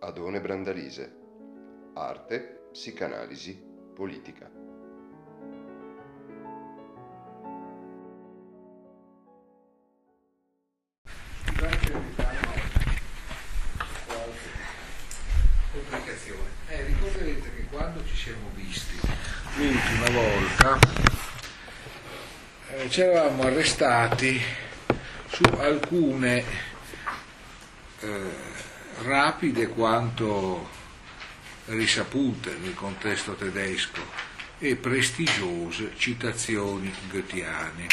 Adone Brandalise. Arte, psicanalisi, politica. Complicazione. Ricorderete che quando ci siamo visti l'ultima volta ci eravamo arrestati su alcune rapide quanto risapute nel contesto tedesco e prestigiose citazioni goetheane,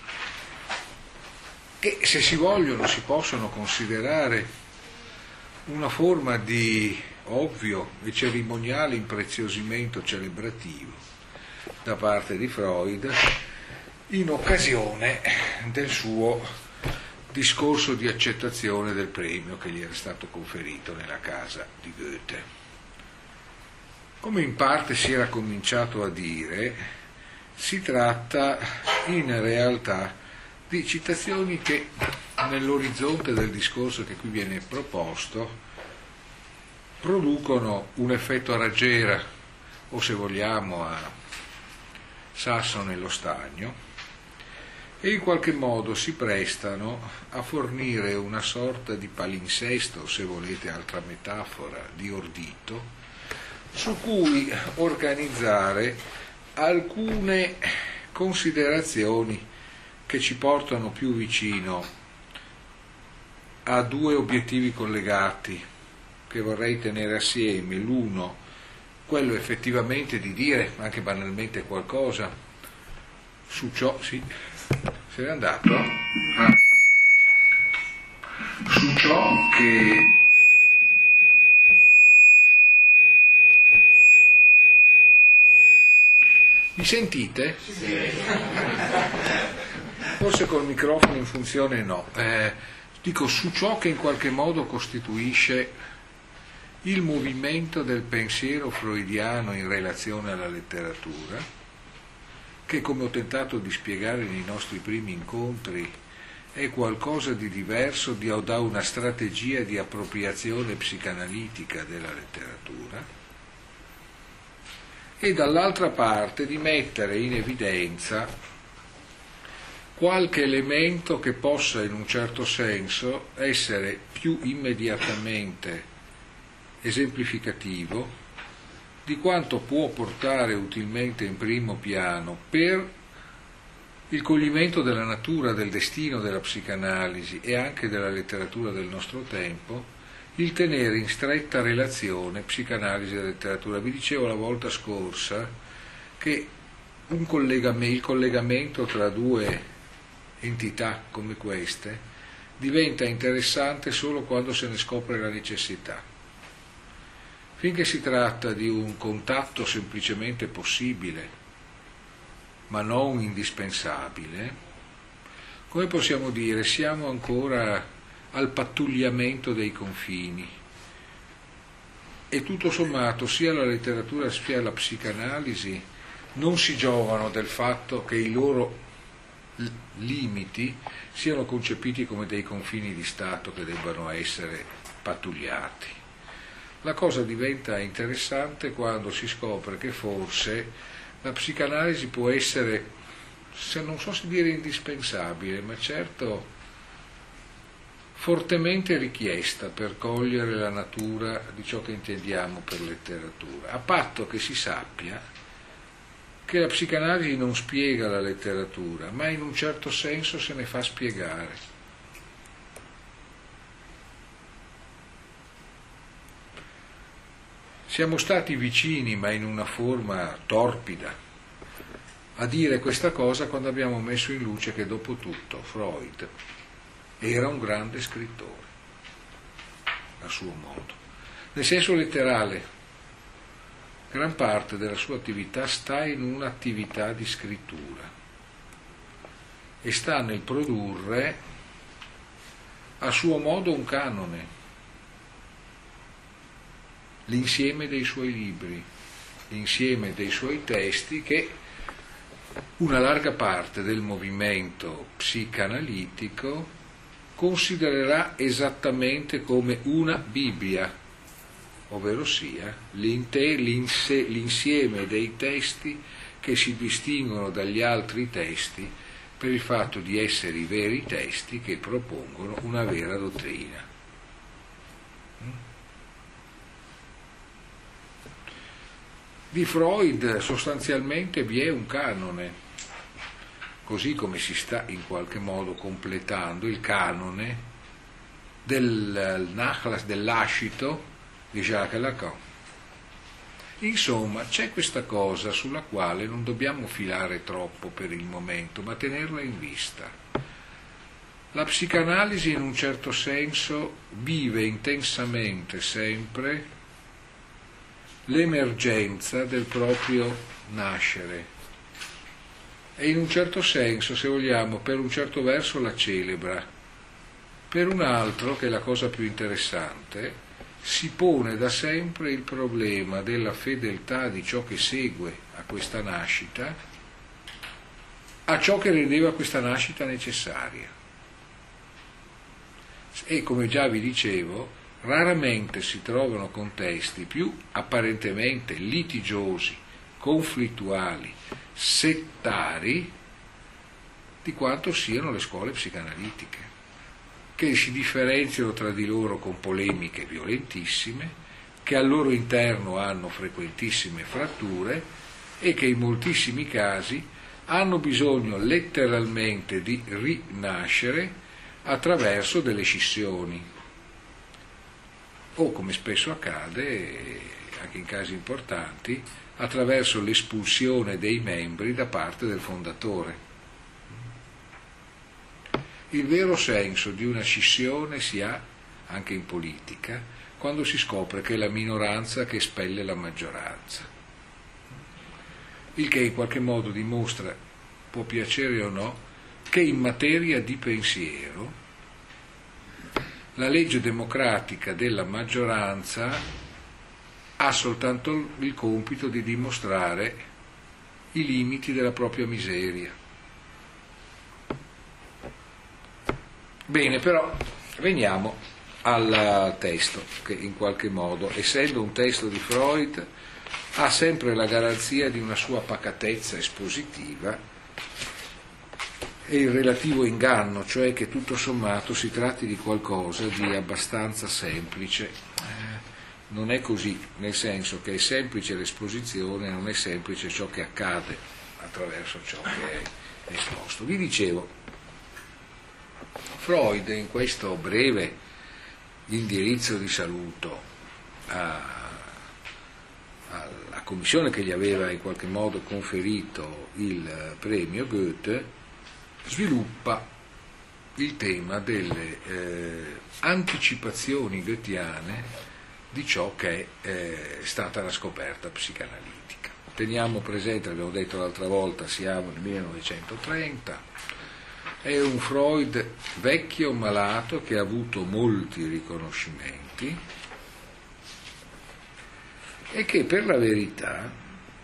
che se si vogliono si possono considerare una forma di ovvio e cerimoniale impreziosimento celebrativo da parte di Freud in occasione del suo discorso di accettazione del premio che gli era stato conferito nella casa di Goethe. Come in parte si era cominciato a dire, si tratta in realtà di citazioni che nell'orizzonte del discorso che qui viene proposto producono un effetto a raggiera, o se vogliamo a sasso nello stagno, e in qualche modo si prestano a fornire una sorta di palinsesto, se volete altra metafora, di ordito, su cui organizzare alcune considerazioni che ci portano più vicino a due obiettivi collegati che vorrei tenere assieme. L'uno, quello effettivamente di dire anche banalmente qualcosa su ciò, sì, se n'è andato, su ciò che mi sentite? Sì. Forse col microfono in funzione no. Dico su ciò che in qualche modo costituisce il movimento del pensiero freudiano in relazione alla letteratura, che come ho tentato di spiegare nei nostri primi incontri è qualcosa di diverso da una strategia di appropriazione psicanalitica della letteratura, e dall'altra parte di mettere in evidenza qualche elemento che possa in un certo senso essere più immediatamente esemplificativo di quanto può portare utilmente in primo piano per il coglimento della natura, del destino della psicanalisi e anche della letteratura del nostro tempo, il tenere in stretta relazione psicanalisi e letteratura. Vi dicevo la volta scorsa che il collegamento tra due entità come queste diventa interessante solo quando se ne scopre la necessità. Finché si tratta di un contatto semplicemente possibile, ma non indispensabile, come possiamo dire, siamo ancora al pattugliamento dei confini, e tutto sommato sia la letteratura sia la psicanalisi non si giovano del fatto che i loro limiti siano concepiti come dei confini di Stato che debbano essere pattugliati. La cosa diventa interessante quando si scopre che forse la psicanalisi può essere, se non so se dire indispensabile, ma certo fortemente richiesta per cogliere la natura di ciò che intendiamo per letteratura, a patto che si sappia che la psicanalisi non spiega la letteratura, ma in un certo senso se ne fa spiegare. Siamo stati vicini, ma in una forma torpida, a dire questa cosa quando abbiamo messo in luce che dopo tutto Freud era un grande scrittore, a suo modo. Nel senso letterale, gran parte della sua attività sta in un'attività di scrittura e sta nel produrre a suo modo un canone, l'insieme dei suoi libri, l'insieme dei suoi testi che una larga parte del movimento psicanalitico considererà esattamente come una Bibbia, ovvero sia l'insieme dei testi che si distinguono dagli altri testi per il fatto di essere i veri testi che propongono una vera dottrina. Di Freud sostanzialmente vi è un canone, così come si sta in qualche modo completando il canone del Nachlass, del lascito di Jacques Lacan. Insomma, c'è questa cosa sulla quale non dobbiamo filare troppo per il momento, ma tenerla in vista. La psicanalisi in un certo senso vive intensamente sempre l'emergenza del proprio nascere e in un certo senso, se vogliamo, per un certo verso la celebra, per un altro, che è la cosa più interessante, si pone da sempre il problema della fedeltà di ciò che segue a questa nascita a ciò che rendeva questa nascita necessaria. E come già vi dicevo, raramente si trovano contesti più apparentemente litigiosi, conflittuali, settari di quanto siano le scuole psicanalitiche, che si differenziano tra di loro con polemiche violentissime, che al loro interno hanno frequentissime fratture e che in moltissimi casi hanno bisogno letteralmente di rinascere attraverso delle scissioni o, come spesso accade, anche in casi importanti, attraverso l'espulsione dei membri da parte del fondatore. Il vero senso di una scissione si ha anche in politica quando si scopre che è la minoranza che espelle la maggioranza, il che in qualche modo dimostra, può piacere o no, che in materia di pensiero la legge democratica della maggioranza ha soltanto il compito di dimostrare i limiti della propria miseria. Bene, però veniamo al testo, che in qualche modo, essendo un testo di Freud, ha sempre la garanzia di una sua pacatezza espositiva e il relativo inganno, cioè che tutto sommato si tratti di qualcosa di abbastanza semplice. Non è così, nel senso che è semplice l'esposizione, non è semplice ciò che accade attraverso ciò che è esposto. Vi dicevo, Freud in questo breve indirizzo di saluto alla commissione che gli aveva in qualche modo conferito il premio Goethe sviluppa il tema delle anticipazioni goethiane di ciò che è stata la scoperta psicanalitica. Teniamo presente, abbiamo detto l'altra volta, siamo nel 1930, è un Freud vecchio, malato, che ha avuto molti riconoscimenti e che per la verità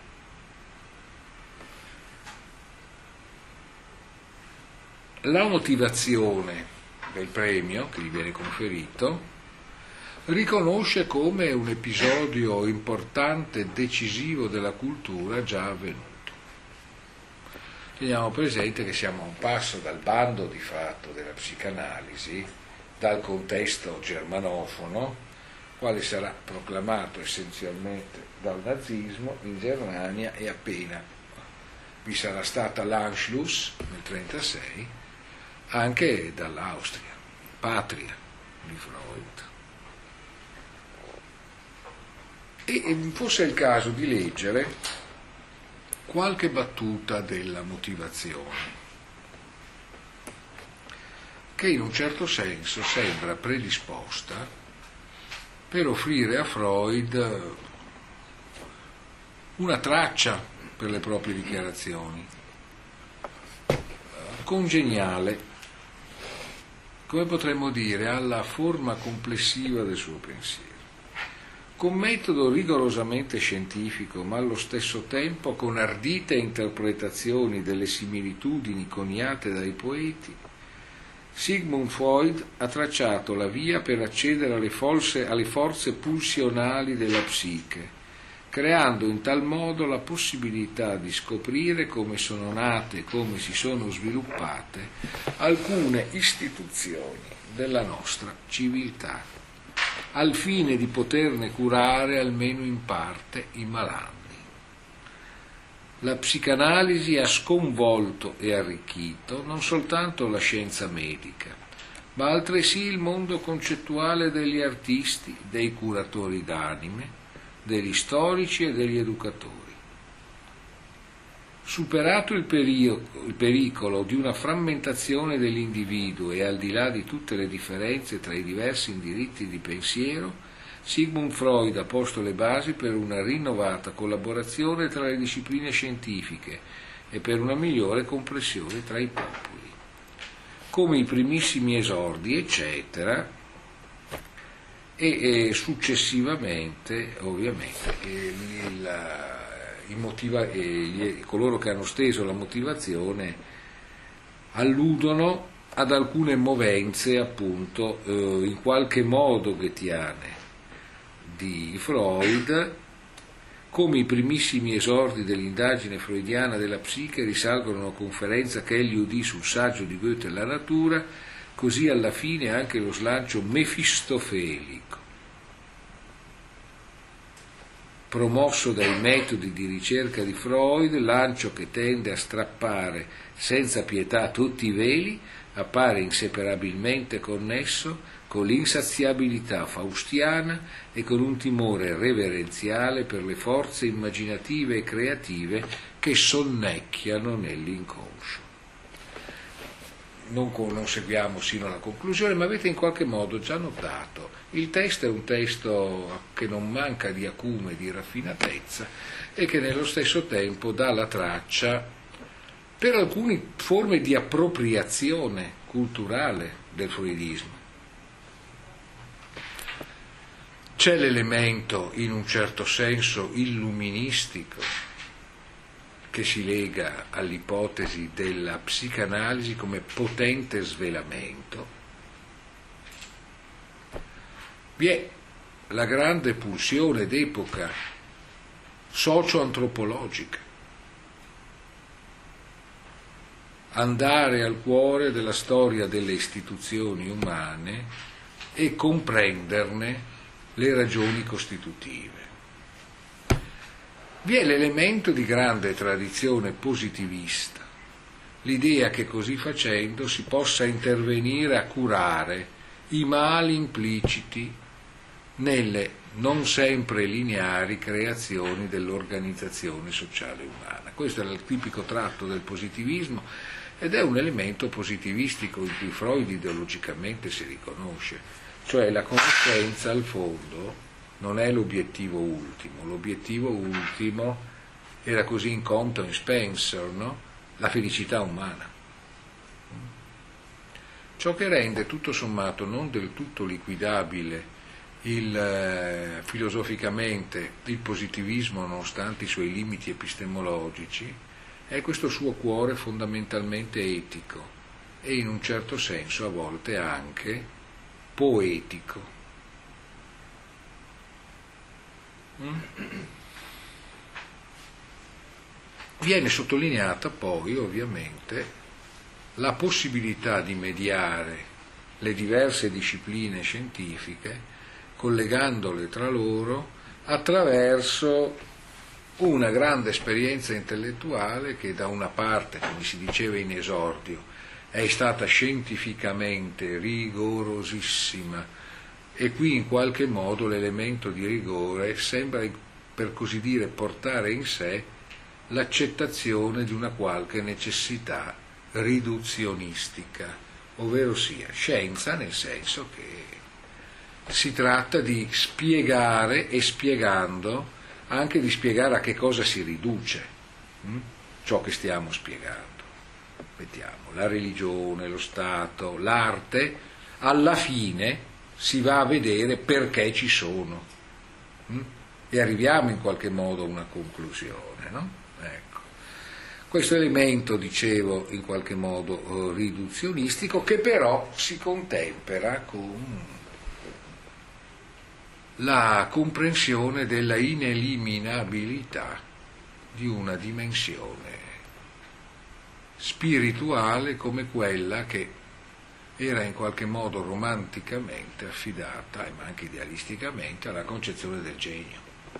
la motivazione del premio che gli viene conferito riconosce come un episodio importante e decisivo della cultura già avvenuto. Teniamo presente che siamo a un passo dal bando di fatto della psicanalisi, dal contesto germanofono, quale sarà proclamato essenzialmente dal nazismo in Germania, e appena vi sarà stata l'Anschluss nel 1936 anche dall'Austria, patria di Freud. E fosse il caso di leggere qualche battuta della motivazione, che in un certo senso sembra predisposta per offrire a Freud una traccia per le proprie dichiarazioni, congeniale, come potremmo dire, alla forma complessiva del suo pensiero, con metodo rigorosamente scientifico, ma allo stesso tempo con ardite interpretazioni delle similitudi coniate dai poeti. Sigmund Freud ha tracciato la via per accedere alle forze pulsionali della psiche, creando in tal modo la possibilità di scoprire come sono nate e come si sono sviluppate alcune istituzioni della nostra civiltà, al fine di poterne curare almeno in parte i malanni. La psicanalisi ha sconvolto e arricchito non soltanto la scienza medica, ma altresì il mondo concettuale degli artisti, dei curatori d'anime, degli storici e degli educatori. Superato il pericolo di una frammentazione dell'individuo e al di là di tutte le differenze tra i diversi indirizzi di pensiero, Sigmund Freud ha posto le basi per una rinnovata collaborazione tra le discipline scientifiche e per una migliore comprensione tra i popoli. Come i primissimi esordi, eccetera, e successivamente, ovviamente, coloro che hanno steso la motivazione alludono ad alcune movenze, appunto, in qualche modo goethiane di Freud. Come i primissimi esordi dell'indagine freudiana della psiche risalgono a una conferenza che egli udì sul saggio di Goethe La natura, così alla fine anche lo slancio mefistofelico, promosso dai metodi di ricerca di Freud, lancio che tende a strappare senza pietà tutti i veli, appare inseparabilmente connesso con l'insaziabilità faustiana e con un timore reverenziale per le forze immaginative e creative che sonnecchiano nell'inconscio. Non seguiamo sino alla conclusione, ma avete in qualche modo già notato, il testo è un testo che non manca di acume, di raffinatezza e che nello stesso tempo dà la traccia per alcune forme di appropriazione culturale del freudismo. C'è l'elemento in un certo senso illuministico che si lega all'ipotesi della psicanalisi come potente svelamento. Vi è la grande pulsione d'epoca socio-antropologica, andare al cuore della storia delle istituzioni umane e comprenderne le ragioni costitutive. Vi è l'elemento di grande tradizione positivista, l'idea che così facendo si possa intervenire a curare i mali impliciti nelle non sempre lineari creazioni dell'organizzazione sociale umana. Questo è il tipico tratto del positivismo ed è un elemento positivistico in cui Freud ideologicamente si riconosce, cioè la conoscenza al fondo non è l'obiettivo ultimo era così in Compton Spencer, no? La felicità umana. Ciò che rende tutto sommato non del tutto liquidabile filosoficamente il positivismo nonostante i suoi limiti epistemologici è questo suo cuore fondamentalmente etico e in un certo senso a volte anche poetico. Viene sottolineata poi ovviamente la possibilità di mediare le diverse discipline scientifiche collegandole tra loro attraverso una grande esperienza intellettuale che da una parte, come si diceva in esordio, è stata scientificamente rigorosissima e qui in qualche modo l'elemento di rigore sembra, per così dire, portare in sé l'accettazione di una qualche necessità riduzionistica, ovvero sia scienza nel senso che si tratta di spiegare e spiegando anche di spiegare a che cosa si riduce ciò che stiamo spiegando. Vediamo, la religione, lo Stato, l'arte, alla fine si va a vedere perché ci sono e arriviamo in qualche modo a una conclusione, no? Ecco. Questo elemento, dicevo, in qualche modo riduzionistico, che però si contempera con la comprensione della ineliminabilità di una dimensione spirituale come quella che era in qualche modo romanticamente affidata, ma anche idealisticamente, alla concezione del genio.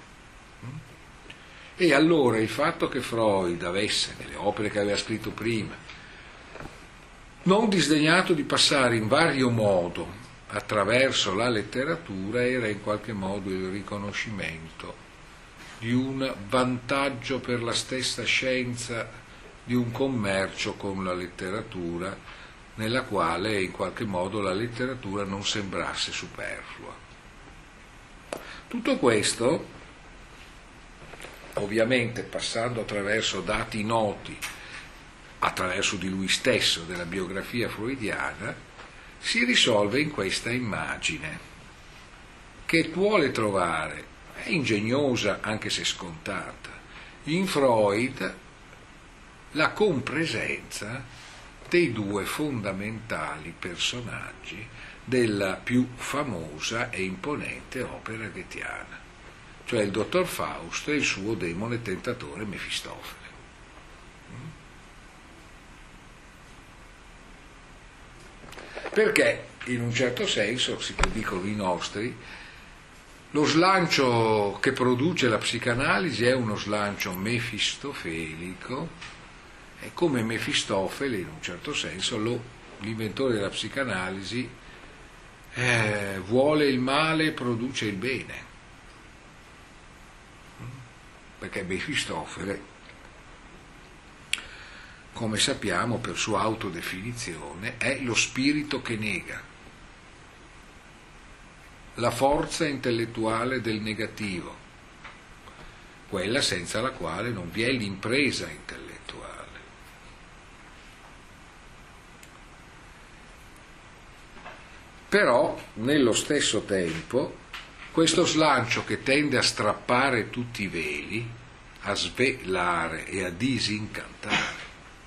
E allora il fatto che Freud avesse, nelle opere che aveva scritto prima, non disdegnato di passare in vario modo attraverso la letteratura, era in qualche modo il riconoscimento di un vantaggio per la stessa scienza, di un commercio con la letteratura, nella quale in qualche modo la letteratura non sembrasse superflua. Tutto questo, ovviamente passando attraverso dati noti, attraverso di lui stesso, della biografia freudiana, si risolve in questa immagine che vuole trovare, è ingegnosa anche se scontata, in Freud la compresenza dei due fondamentali personaggi della più famosa e imponente opera goetheana, cioè il dottor Faust e il suo demone tentatore Mefistofele. Perché, in un certo senso, si dicono i nostri, lo slancio che produce la psicanalisi è uno slancio mefistofelico, e come Mefistofele, in un certo senso, l'inventore della psicanalisi vuole il male e produce il bene. Perché Mefistofele, come sappiamo per sua autodefinizione, è lo spirito che nega, la forza intellettuale del negativo, quella senza la quale non vi è l'impresa intellettuale. Però, nello stesso tempo, questo slancio che tende a strappare tutti i veli, a svelare e a disincantare,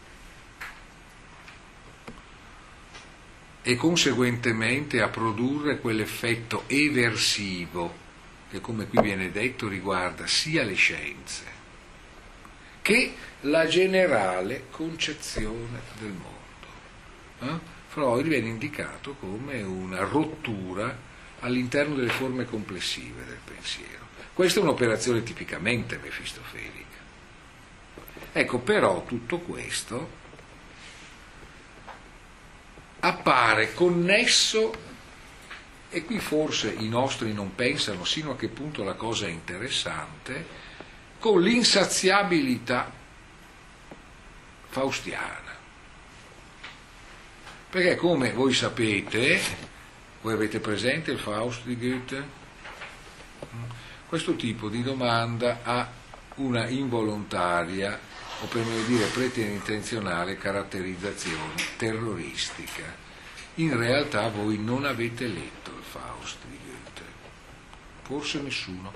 e conseguentemente a produrre quell'effetto eversivo che, come qui viene detto, riguarda sia le scienze che la generale concezione del mondo. Freud viene indicato come una rottura all'interno delle forme complessive del pensiero. Questa è un'operazione tipicamente mefistofelica. Ecco, però tutto questo appare connesso, e qui forse i nostri non pensano sino a che punto la cosa è interessante, con l'insaziabilità faustiana. Perché, come voi sapete, voi avete presente il Faust di Goethe? Questo tipo di domanda ha una involontaria, o per meglio dire preterintenzionale, caratterizzazione terroristica. In realtà voi non avete letto il Faust di Goethe, forse nessuno.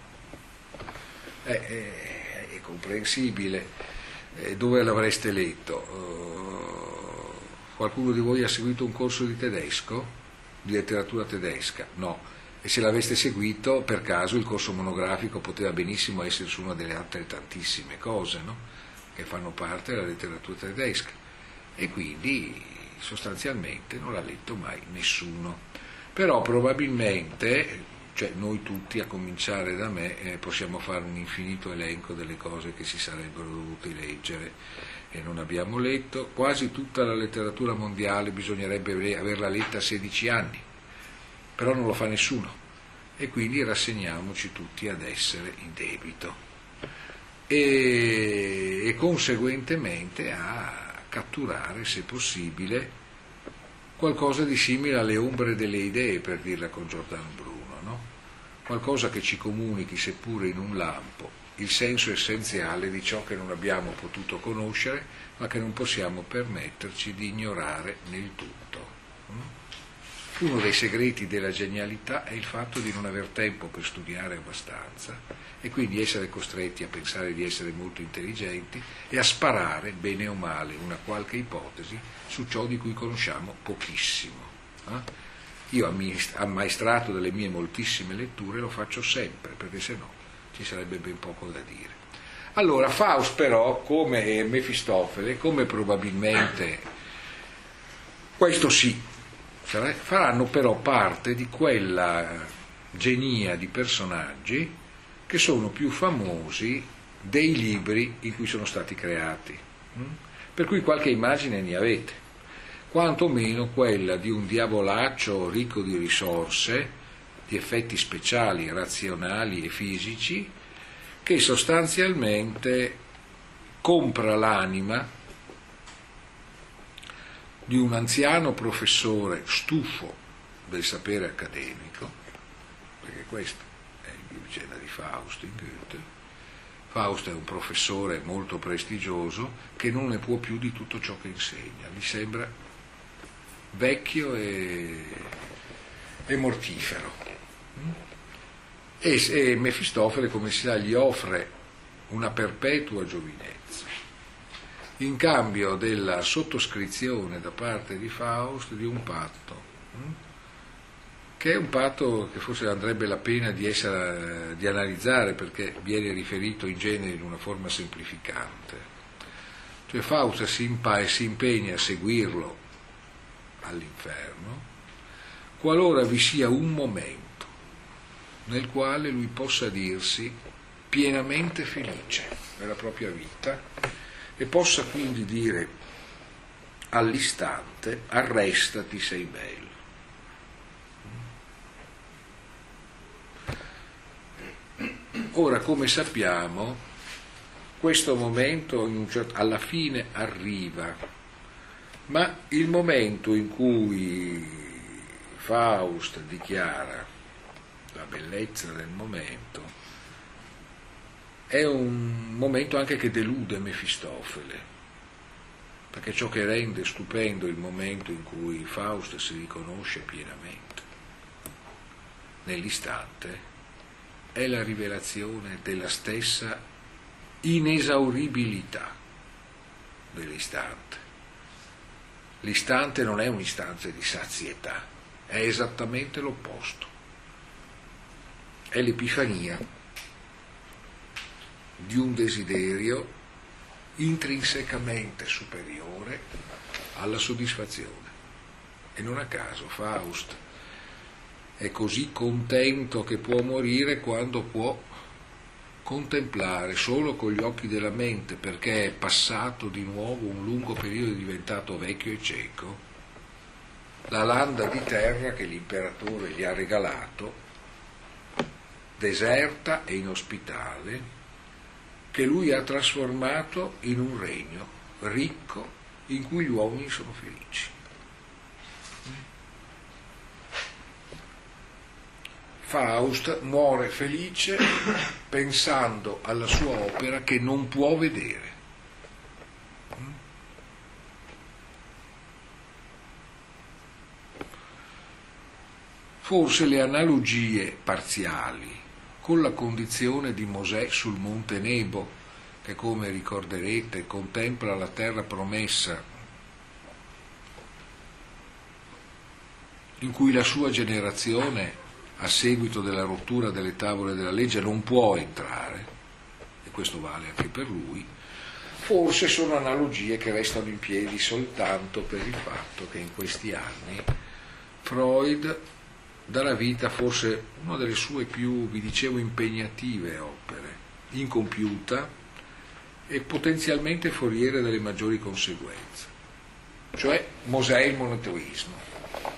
È comprensibile. Dove l'avreste letto? Qualcuno di voi ha seguito un corso di tedesco? Di letteratura tedesca? No. E se l'aveste seguito, per caso il corso monografico poteva benissimo essere su una delle altre tantissime cose, no? Che fanno parte della letteratura tedesca. E quindi sostanzialmente non l'ha letto mai nessuno. Però probabilmente, cioè noi tutti, a cominciare da me, possiamo fare un infinito elenco delle cose che si sarebbero dovute leggere e non abbiamo letto. Quasi tutta la letteratura mondiale bisognerebbe averla letta a 16 anni, però non lo fa nessuno, e quindi rassegniamoci tutti ad essere in debito e conseguentemente a catturare, se possibile, qualcosa di simile alle ombre delle idee, per dirla con Giordano Bruno, no? Qualcosa che ci comunichi, seppure in un lampo, il senso essenziale di ciò che non abbiamo potuto conoscere, ma che non possiamo permetterci di ignorare nel tutto. Uno dei segreti della genialità è il fatto di non aver tempo per studiare abbastanza e quindi essere costretti a pensare di essere molto intelligenti e a sparare, bene o male, una qualche ipotesi su ciò di cui conosciamo pochissimo. Io, ammaestrato dalle mie moltissime letture, lo faccio sempre, perché se no ci sarebbe ben poco da dire. Allora, Faust però, come Mefistofele, come probabilmente, questo sì, faranno però parte di quella genia di personaggi che sono più famosi dei libri in cui sono stati creati. Per cui qualche immagine ne avete, quantomeno quella di un diavolaccio ricco di risorse, di effetti speciali, razionali e fisici, che sostanzialmente compra l'anima di un anziano professore stufo del sapere accademico, perché questo è il vicenda di Faust in Goethe. Faust è un professore molto prestigioso che non ne può più di tutto ciò che insegna, gli sembra vecchio e mortifero. E Mefistofele, come si sa, gli offre una perpetua giovinezza in cambio della sottoscrizione da parte di Faust di un patto, che è un patto che forse andrebbe la pena di analizzare, perché viene riferito in genere in una forma semplificante. Cioè Faust si impegna a seguirlo all'inferno qualora vi sia un momento nel quale lui possa dirsi pienamente felice nella propria vita e possa quindi dire all'istante: arrestati, sei bello. Ora, come sappiamo, questo momento alla fine arriva, ma il momento in cui Faust dichiara la bellezza del momento è un momento anche che delude Mefistofele, perché ciò che rende stupendo il momento in cui Faust si riconosce pienamente nell'istante è la rivelazione della stessa inesauribilità dell'istante. L'istante non è un istante di sazietà, è esattamente l'opposto. È l'epifania di un desiderio intrinsecamente superiore alla soddisfazione. E non a caso Faust è così contento che può morire quando può contemplare solo con gli occhi della mente, perché è passato di nuovo un lungo periodo e diventato vecchio e cieco, la landa di terra che l'imperatore gli ha regalato, deserta e inospitale, che lui ha trasformato in un regno ricco in cui gli uomini sono felici. Faust muore felice pensando alla sua opera che non può vedere. Forse le analogie parziali con la condizione di Mosè sul monte Nebo, che come ricorderete contempla la terra promessa in cui la sua generazione, a seguito della rottura delle tavole della legge, non può entrare, e questo vale anche per lui, forse sono analogie che restano in piedi soltanto per il fatto che in questi anni Freud darà vita forse una delle sue più, vi dicevo, impegnative opere, incompiuta e potenzialmente foriera delle maggiori conseguenze, cioè Mosè e il monoteismo.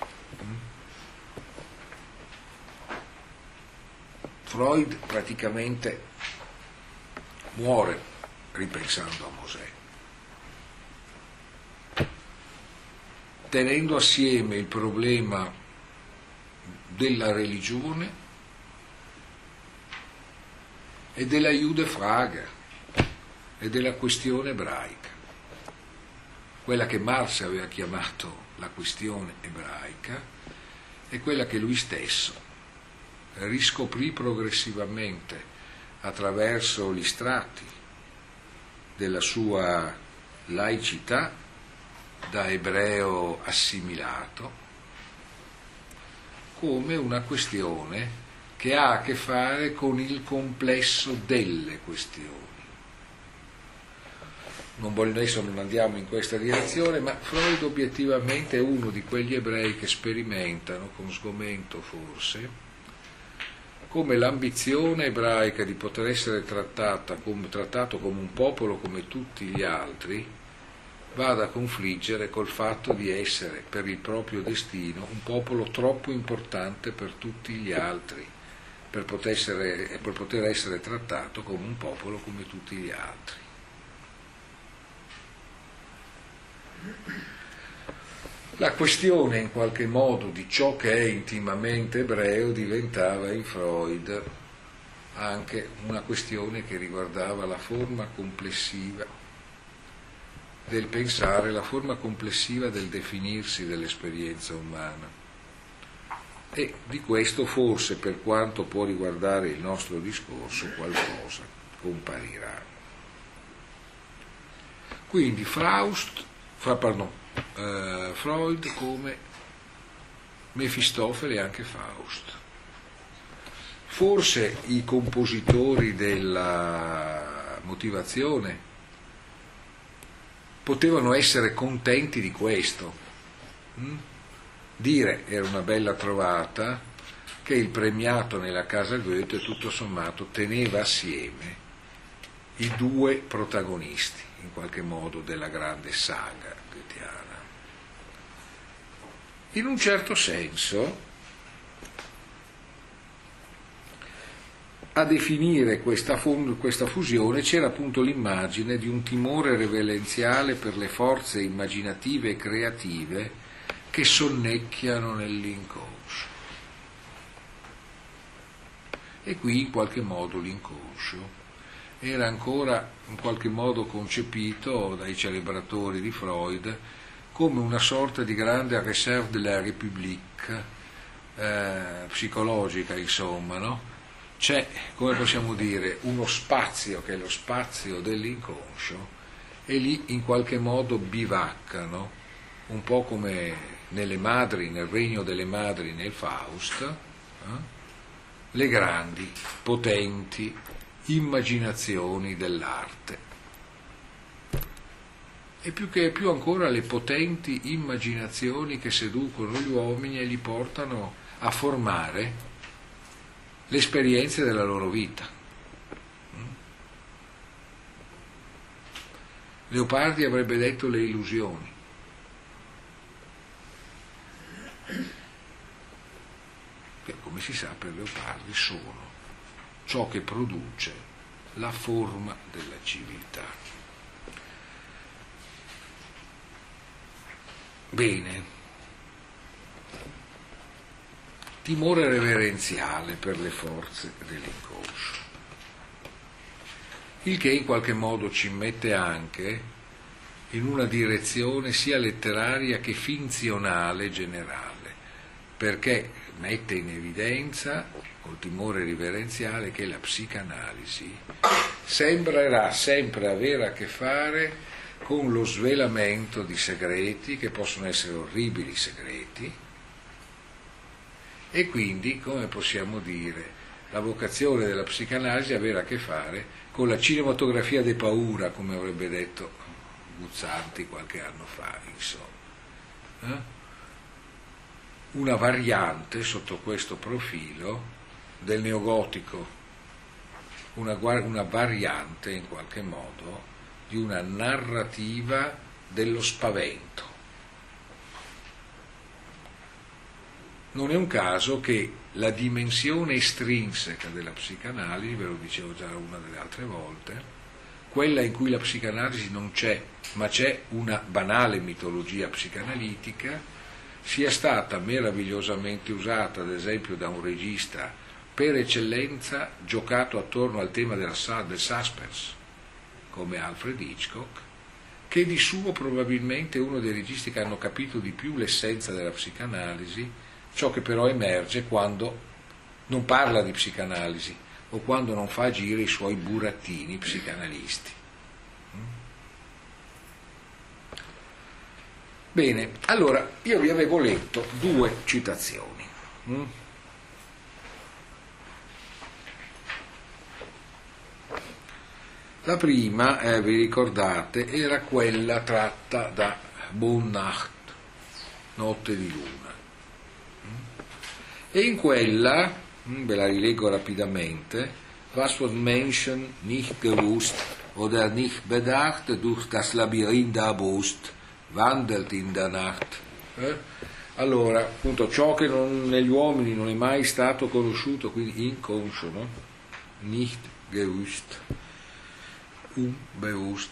Freud praticamente muore ripensando a Mosè, tenendo assieme il problema della religione e della Judefrage e della questione ebraica, quella che Marx aveva chiamato la questione ebraica è quella che lui stesso riscoprì progressivamente attraverso gli strati della sua laicità da ebreo assimilato, come una questione che ha a che fare con il complesso delle questioni. Adesso non andiamo in questa direzione, ma Freud obiettivamente è uno di quegli ebrei che sperimentano, con sgomento forse, come l'ambizione ebraica di poter essere trattato come un popolo come tutti gli altri vada a confliggere col fatto di essere per il proprio destino un popolo troppo importante per tutti gli altri, per poter essere trattato come un popolo come tutti gli altri. La questione in qualche modo di ciò che è intimamente ebreo diventava in Freud anche una questione che riguardava la forma complessiva del pensare, la forma complessiva del definirsi dell'esperienza umana. E di questo forse, per quanto può riguardare il nostro discorso, qualcosa comparirà. Quindi Freud come Mefistofele e anche Faust. Forse i compositori della motivazione potevano essere contenti di questo, dire era una bella trovata che il premiato nella casa Goethe tutto sommato teneva assieme i due protagonisti in qualche modo della grande saga goetheana. In un certo senso, a definire questa fusione c'era appunto l'immagine di un timore reverenziale per le forze immaginative e creative che sonnecchiano nell'inconscio. E qui in qualche modo l'inconscio era ancora in qualche modo concepito dai celebratori di Freud come una sorta di grande réserve de la République psicologica, insomma, no? C'è, come possiamo dire, uno spazio che è lo spazio dell'inconscio e lì in qualche modo bivaccano, un po' come nelle madri, nel regno delle madri nel Faust, le grandi, potenti immaginazioni dell'arte. E più ancora le potenti immaginazioni che seducono gli uomini e li portano a formare le esperienze della loro vita. Leopardi avrebbe detto le illusioni. Che, come si sa, per Leopardi sono ciò che produce la forma della civiltà. Bene, timore reverenziale per le forze dell'inconscio, il che in qualche modo ci mette anche in una direzione sia letteraria che finzionale generale, perché mette in evidenza col timore reverenziale che la psicanalisi sembrerà sempre avere a che fare con lo svelamento di segreti che possono essere orribili segreti, e quindi, come possiamo dire, la vocazione della psicanalisi avere a che fare con la cinematografia de paura, come avrebbe detto Guzzanti qualche anno fa, insomma. Una variante sotto questo profilo del neogotico, una variante in qualche modo di una narrativa dello spavento. Non è un caso che la dimensione estrinseca della psicanalisi, ve lo dicevo già una delle altre volte, quella in cui la psicanalisi non c'è, ma c'è una banale mitologia psicanalitica, sia stata meravigliosamente usata, ad esempio, da un regista per eccellenza giocato attorno al tema del suspense, come Alfred Hitchcock, che di suo probabilmente è uno dei registi che hanno capito di più l'essenza della psicanalisi, ciò che però emerge quando non parla di psicanalisi o quando non fa agire i suoi burattini psicanalisti. Bene, allora io vi avevo letto 2 citazioni. La prima, vi ricordate, era quella tratta da Bonne Nacht, Notte di Luna. E in quella, ve la rileggo rapidamente, was von Menschen nicht gewusst oder nicht bedacht durch das Labyrinth der Brust, wandelt in der Nacht. Allora, appunto, ciò che negli uomini non è mai stato conosciuto, quindi inconscio, no? Nicht gewusst. Unbewusst,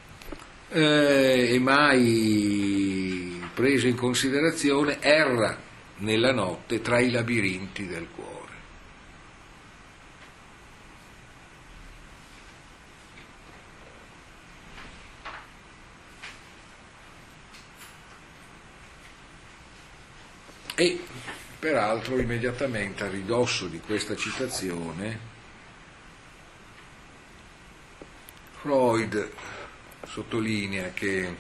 e mai preso in considerazione, erra nella notte tra i labirinti del cuore. E peraltro immediatamente a ridosso di questa citazione Freud sottolinea che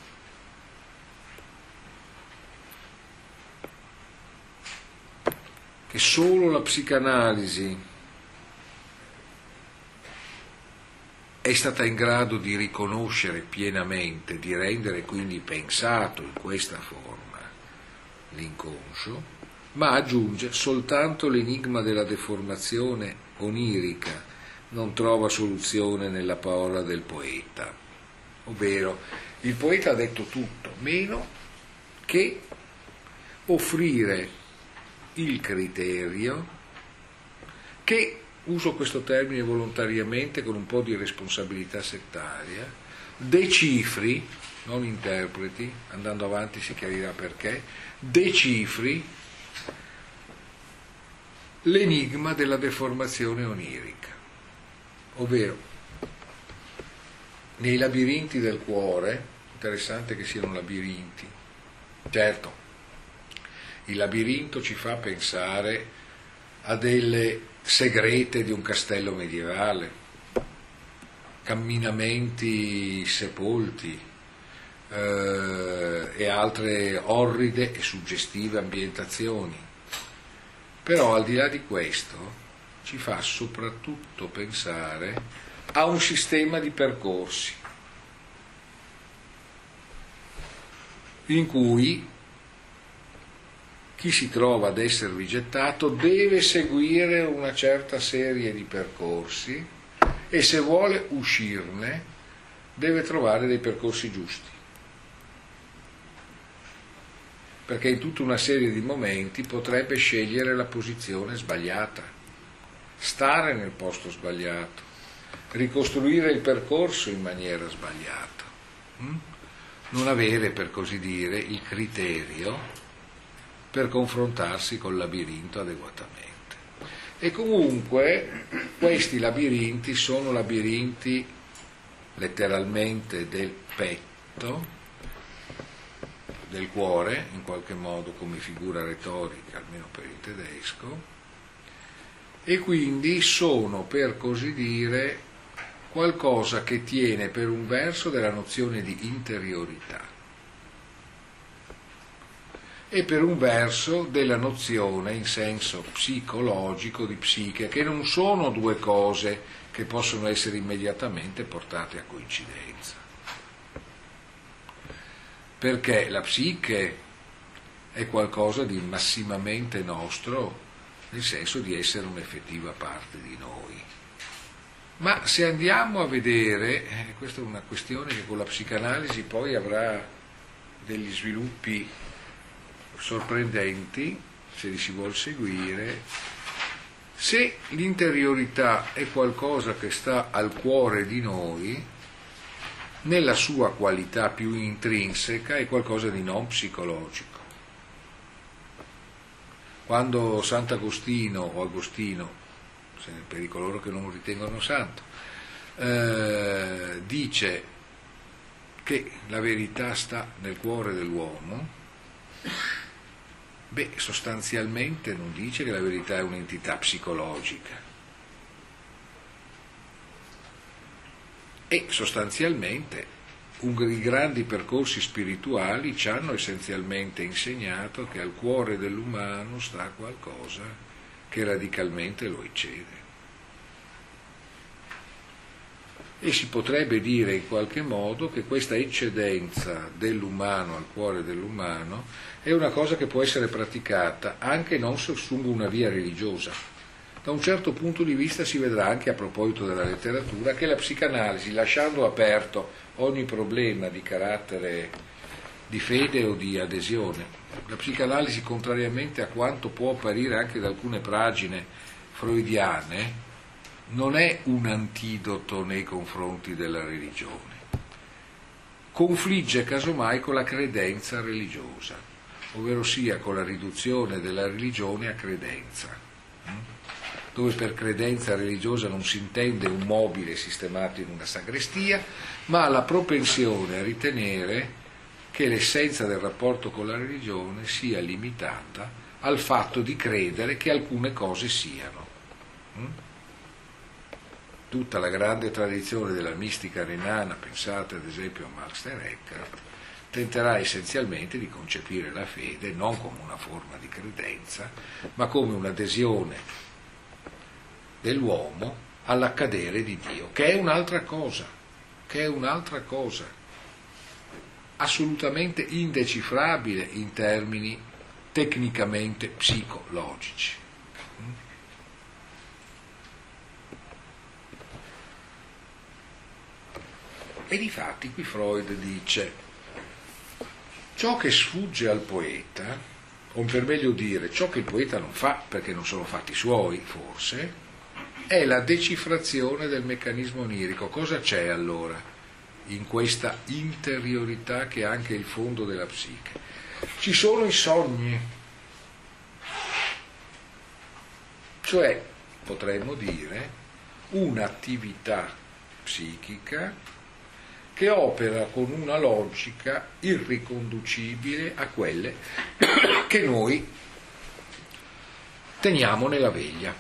solo la psicanalisi è stata in grado di riconoscere pienamente, di rendere quindi pensato in questa forma l'inconscio, ma aggiunge soltanto l'enigma della deformazione onirica non trova soluzione nella parola del poeta, ovvero il poeta ha detto tutto, meno che offrire il criterio che, uso questo termine volontariamente con un po' di responsabilità settaria, decifri, non interpreti, andando avanti si chiarirà perché, decifri l'enigma della deformazione onirica. Ovvero, nei labirinti del cuore, interessante che siano labirinti, certo, il labirinto ci fa pensare a delle segrete di un castello medievale, camminamenti sepolti e altre orride e suggestive ambientazioni. Però al di là di questo ci fa soprattutto pensare a un sistema di percorsi in cui chi si trova ad esservi gettato deve seguire una certa serie di percorsi e se vuole uscirne deve trovare dei percorsi giusti, perché in tutta una serie di momenti potrebbe scegliere la posizione sbagliata, stare nel posto sbagliato, ricostruire il percorso in maniera sbagliata, non avere, per così dire, il criterio per confrontarsi col labirinto adeguatamente. E comunque questi labirinti sono labirinti letteralmente del petto, del cuore, in qualche modo come figura retorica, almeno per il tedesco, e quindi sono, per così dire, qualcosa che tiene per un verso della nozione di interiorità e per un verso della nozione in senso psicologico di psiche, che non sono due cose che possono essere immediatamente portate a coincidenza. Perché la psiche è qualcosa di massimamente nostro, nel senso di essere un'effettiva parte di noi. Ma se andiamo a vedere, questa è una questione che con la psicanalisi poi avrà degli sviluppi sorprendenti, se li si vuol seguire, se l'interiorità è qualcosa che sta al cuore di noi, nella sua qualità più intrinseca è qualcosa di non psicologico. Quando Sant'Agostino o Agostino, per coloro che non lo ritengono santo, dice che la verità sta nel cuore dell'uomo, Sostanzialmente non dice che la verità è un'entità psicologica. E sostanzialmente i grandi percorsi spirituali ci hanno essenzialmente insegnato che al cuore dell'umano sta qualcosa che radicalmente lo eccede. E si potrebbe dire in qualche modo che questa eccedenza dell'umano al cuore dell'umano è una cosa che può essere praticata anche non lungo una via religiosa. Da un certo punto di vista si vedrà anche a proposito della letteratura che la psicanalisi, lasciando aperto ogni problema di carattere di fede o di adesione, la psicanalisi, contrariamente a quanto può apparire anche da alcune pagine freudiane, non è un antidoto nei confronti della religione. Confligge casomai con la credenza religiosa, ovvero sia con la riduzione della religione a credenza, dove per credenza religiosa non si intende un mobile sistemato in una sagrestia, ma la propensione a ritenere che l'essenza del rapporto con la religione sia limitata al fatto di credere che alcune cose siano. Tutta la grande tradizione della mistica renana, pensate ad esempio a Max der Eckhart, tenterà essenzialmente di concepire la fede non come una forma di credenza, ma come un'adesione dell'uomo all'accadere di Dio, che è un'altra cosa, assolutamente indecifrabile in termini tecnicamente psicologici. E difatti qui Freud dice: ciò che sfugge al poeta, o per meglio dire ciò che il poeta non fa perché non sono fatti suoi forse, è la decifrazione del meccanismo onirico. Cosa c'è allora in questa interiorità che è anche il fondo della psiche? Ci sono i sogni, cioè potremmo dire un'attività psichica che opera con una logica irriconducibile a quelle che noi teniamo nella veglia.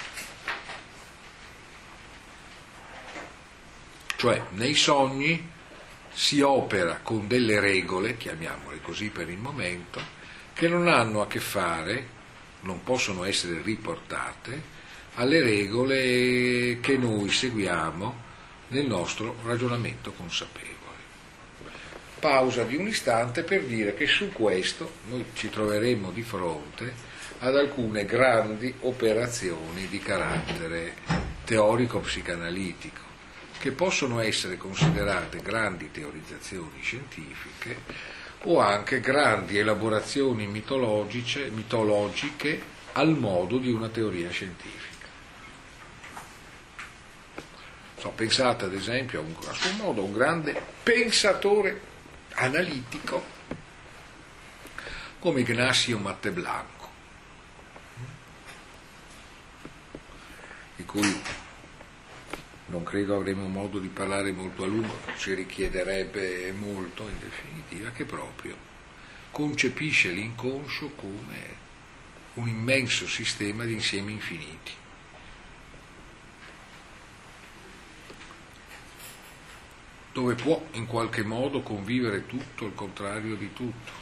Cioè nei sogni si opera con delle regole, chiamiamole così per il momento, che non hanno a che fare, non possono essere riportate alle regole che noi seguiamo nel nostro ragionamento consapevole. Pausa di un istante per dire che su questo noi ci troveremo di fronte ad alcune grandi operazioni di carattere teorico-psicanalitico, che possono essere considerate grandi teorizzazioni scientifiche o anche grandi elaborazioni mitologiche al modo di una teoria scientifica. Pensate ad esempio a suo modo a un grande pensatore analitico come Ignacio Monteblanco, di cui non credo avremo modo di parlare molto a lungo, ci richiederebbe molto in definitiva, che proprio concepisce l'inconscio come un immenso sistema di insiemi infiniti. Dove può in qualche modo convivere tutto il contrario di tutto.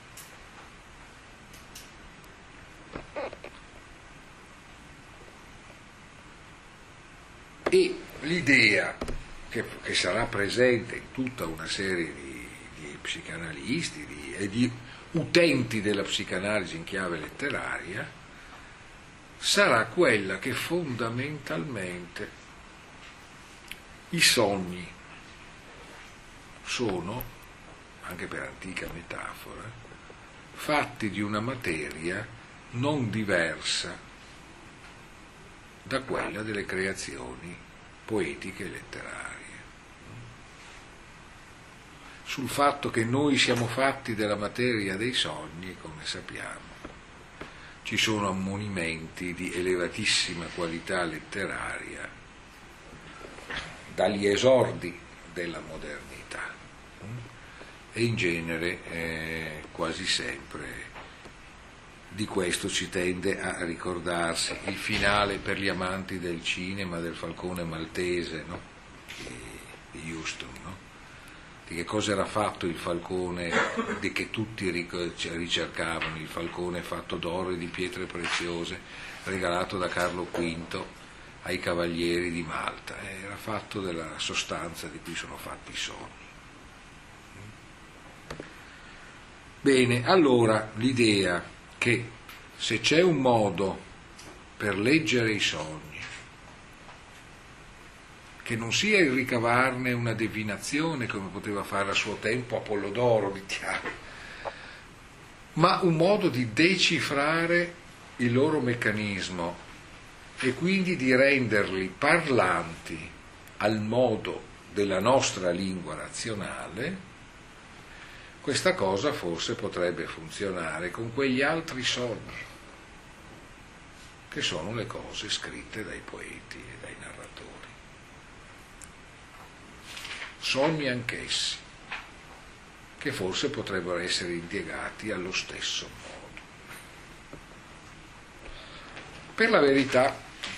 E l'idea che sarà presente in tutta una serie di psicanalisti e di utenti della psicanalisi in chiave letteraria sarà quella che fondamentalmente i sogni sono, anche per antica metafora, fatti di una materia non diversa da quella delle creazioni poetiche e letterarie. Sul fatto che noi siamo fatti della materia dei sogni, come sappiamo, ci sono ammonimenti di elevatissima qualità letteraria dagli esordi della modernità e in genere quasi sempre di questo ci tende a ricordarsi il finale per gli amanti del cinema del Falcone maltese, no? Di Huston, no? Di che cosa era fatto il falcone di che tutti ricercavano, il falcone fatto d'oro e di pietre preziose, regalato da Carlo V ai cavalieri di Malta. Era fatto della sostanza di cui sono fatti i sogni. Bene, allora l'idea che se c'è un modo per leggere i sogni che non sia il ricavarne una divinazione come poteva fare a suo tempo Apollodoro di Tiano, ma un modo di decifrare il loro meccanismo e quindi di renderli parlanti al modo della nostra lingua razionale, questa cosa forse potrebbe funzionare con quegli altri sogni, che sono le cose scritte dai poeti e dai narratori. Sogni anch'essi, che forse potrebbero essere impiegati allo stesso modo. Per la verità,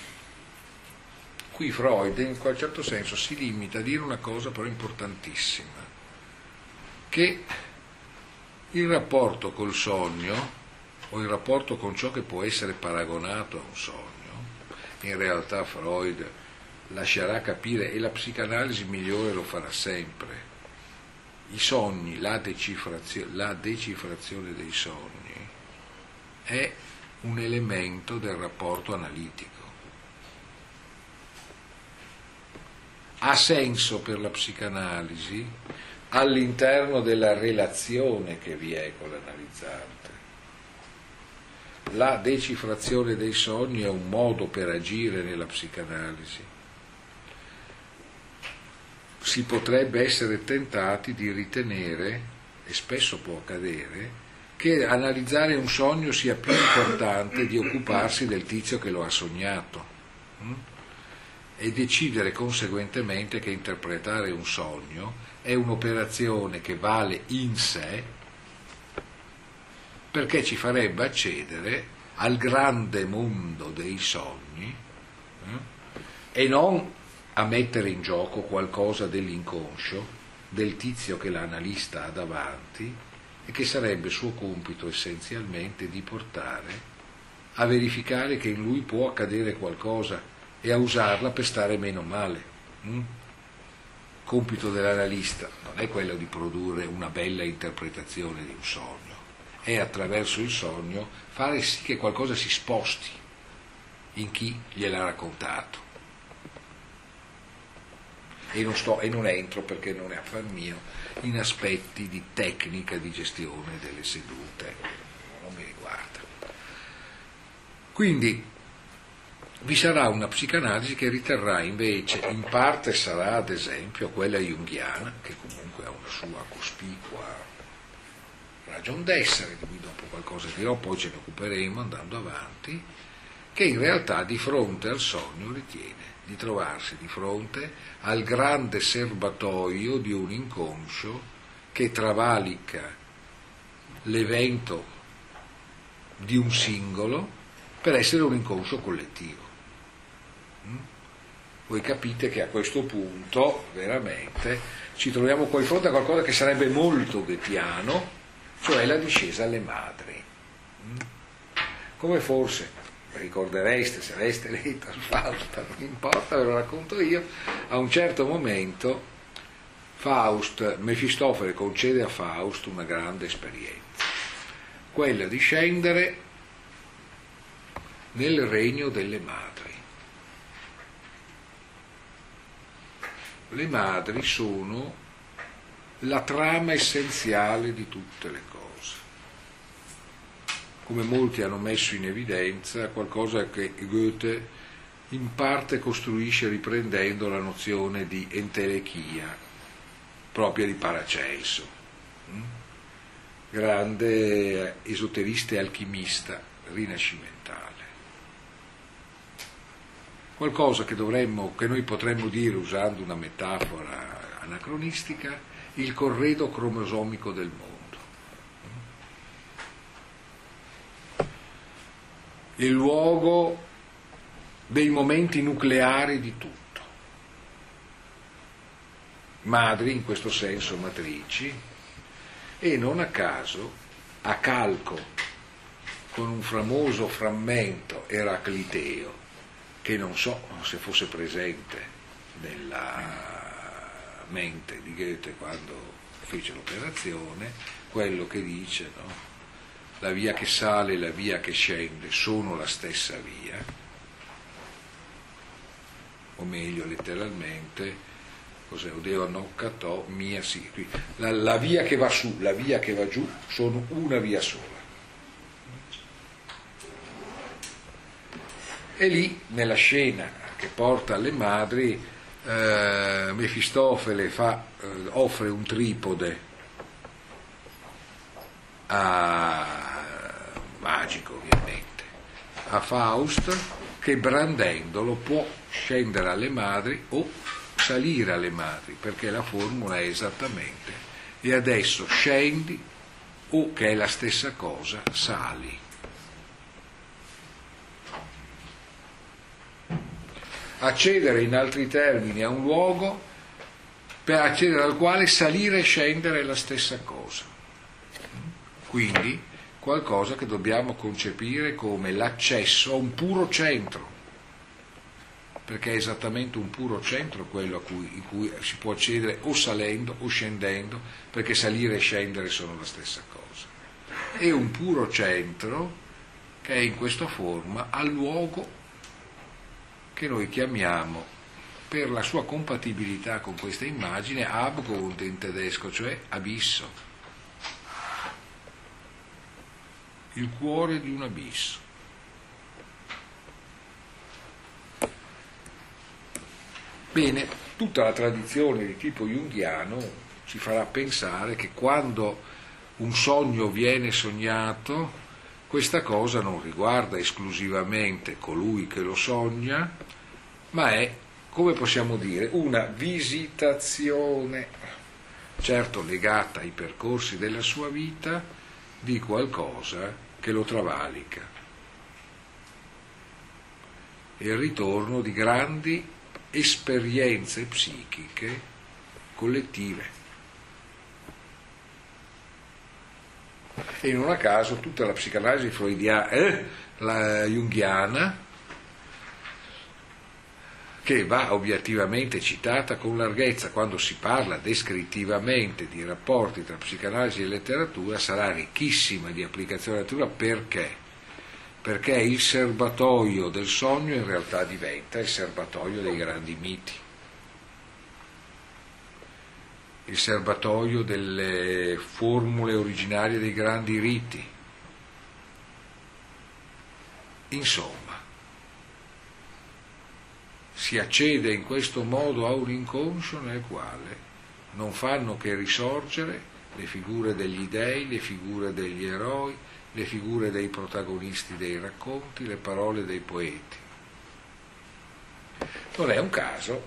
qui Freud in qual certo senso si limita a dire una cosa però importantissima, che il rapporto col sogno, o il rapporto con ciò che può essere paragonato a un sogno, in realtà Freud lascerà capire, e la psicanalisi migliore lo farà sempre, i sogni, la decifrazione dei sogni è un elemento del rapporto analitico. Ha senso per la psicanalisi all'interno della relazione che vi è con l'analizzante. La decifrazione dei sogni è un modo per agire nella psicanalisi. Si potrebbe essere tentati di ritenere, e spesso può accadere, che analizzare un sogno sia più importante di occuparsi del tizio che lo ha sognato, e decidere conseguentemente che interpretare un sogno è un'operazione che vale in sé, perché ci farebbe accedere al grande mondo dei sogni e non a mettere in gioco qualcosa dell'inconscio del tizio che l'analista ha davanti e che sarebbe suo compito essenzialmente di portare a verificare che in lui può accadere qualcosa e a usarla per stare meno male. Compito dell'analista non è quello di produrre una bella interpretazione di un sogno, è attraverso il sogno fare sì che qualcosa si sposti in chi gliel'ha raccontato. E non entro, perché non è affar mio, in aspetti di tecnica di gestione delle sedute, non mi riguarda. Quindi vi sarà una psicanalisi che riterrà invece, in parte sarà ad esempio quella junghiana, che comunque ha una sua cospicua ragion d'essere, di cui dopo qualcosa dirò, poi ce ne occuperemo andando avanti, che in realtà di fronte al sogno ritiene di trovarsi di fronte al grande serbatoio di un inconscio che travalica l'evento di un singolo per essere un inconscio collettivo. Voi capite che a questo punto veramente ci troviamo qua di fronte a qualcosa che sarebbe molto goetheano, cioè la discesa alle madri. Come forse ricordereste, se aveste letto Fausta, non importa, ve lo racconto io, a un certo momento Mefistofele concede a Faust una grande esperienza, quella di scendere nel regno delle madri. Le madri sono la trama essenziale di tutte le cose. Come molti hanno messo in evidenza, qualcosa che Goethe in parte costruisce riprendendo la nozione di entelechia propria di Paracelso, grande esoterista e alchimista rinascimentale. Qualcosa che noi potremmo dire, usando una metafora anacronistica, il corredo cromosomico del mondo. il luogo dei momenti nucleari di tutto. Madri, in questo senso matrici, e non a caso, a calco con un famoso frammento eracliteo, che non so se fosse presente nella mente di Goethe quando fece l'operazione, quello che dice, no? La via che sale e la via che scende sono la stessa via, o meglio letteralmente, cos'è? Odeo noccatò mia sì, qui. La via che va su, la via che va giù sono una via sola. E lì, nella scena che porta alle madri, Mefistofele offre un tripode magico ovviamente a Faust, che brandendolo può scendere alle madri o salire alle madri, perché la formula è esattamente: e adesso scendi, o che è la stessa cosa, sali. Accedere, in altri termini, a un luogo per accedere al quale salire e scendere è la stessa cosa. Quindi qualcosa che dobbiamo concepire come l'accesso a un puro centro, perché è esattamente un puro centro quello in cui si può accedere o salendo o scendendo, perché salire e scendere sono la stessa cosa. E un puro centro che è in questa forma al luogo che noi chiamiamo, per la sua compatibilità con questa immagine, Abgrund in tedesco, cioè abisso, il cuore di un abisso. Bene, tutta la tradizione di tipo junghiano ci farà pensare che quando un sogno viene sognato, questa cosa non riguarda esclusivamente colui che lo sogna, ma è, come possiamo dire, una visitazione, certo legata ai percorsi della sua vita, di qualcosa che lo travalica. Il ritorno di grandi esperienze psichiche collettive. E non a caso tutta la psicanalisi freudiana, la junghiana, che va obiettivamente citata con larghezza quando si parla descrittivamente di rapporti tra psicanalisi e letteratura, sarà ricchissima di applicazione alla letteratura. Perché? Perché il serbatoio del sogno in realtà diventa il serbatoio dei grandi miti, il serbatoio delle formule originarie dei grandi riti. Insomma, si accede in questo modo a un inconscio nel quale non fanno che risorgere le figure degli dei, le figure degli eroi, le figure dei protagonisti dei racconti, le parole dei poeti. Non è un caso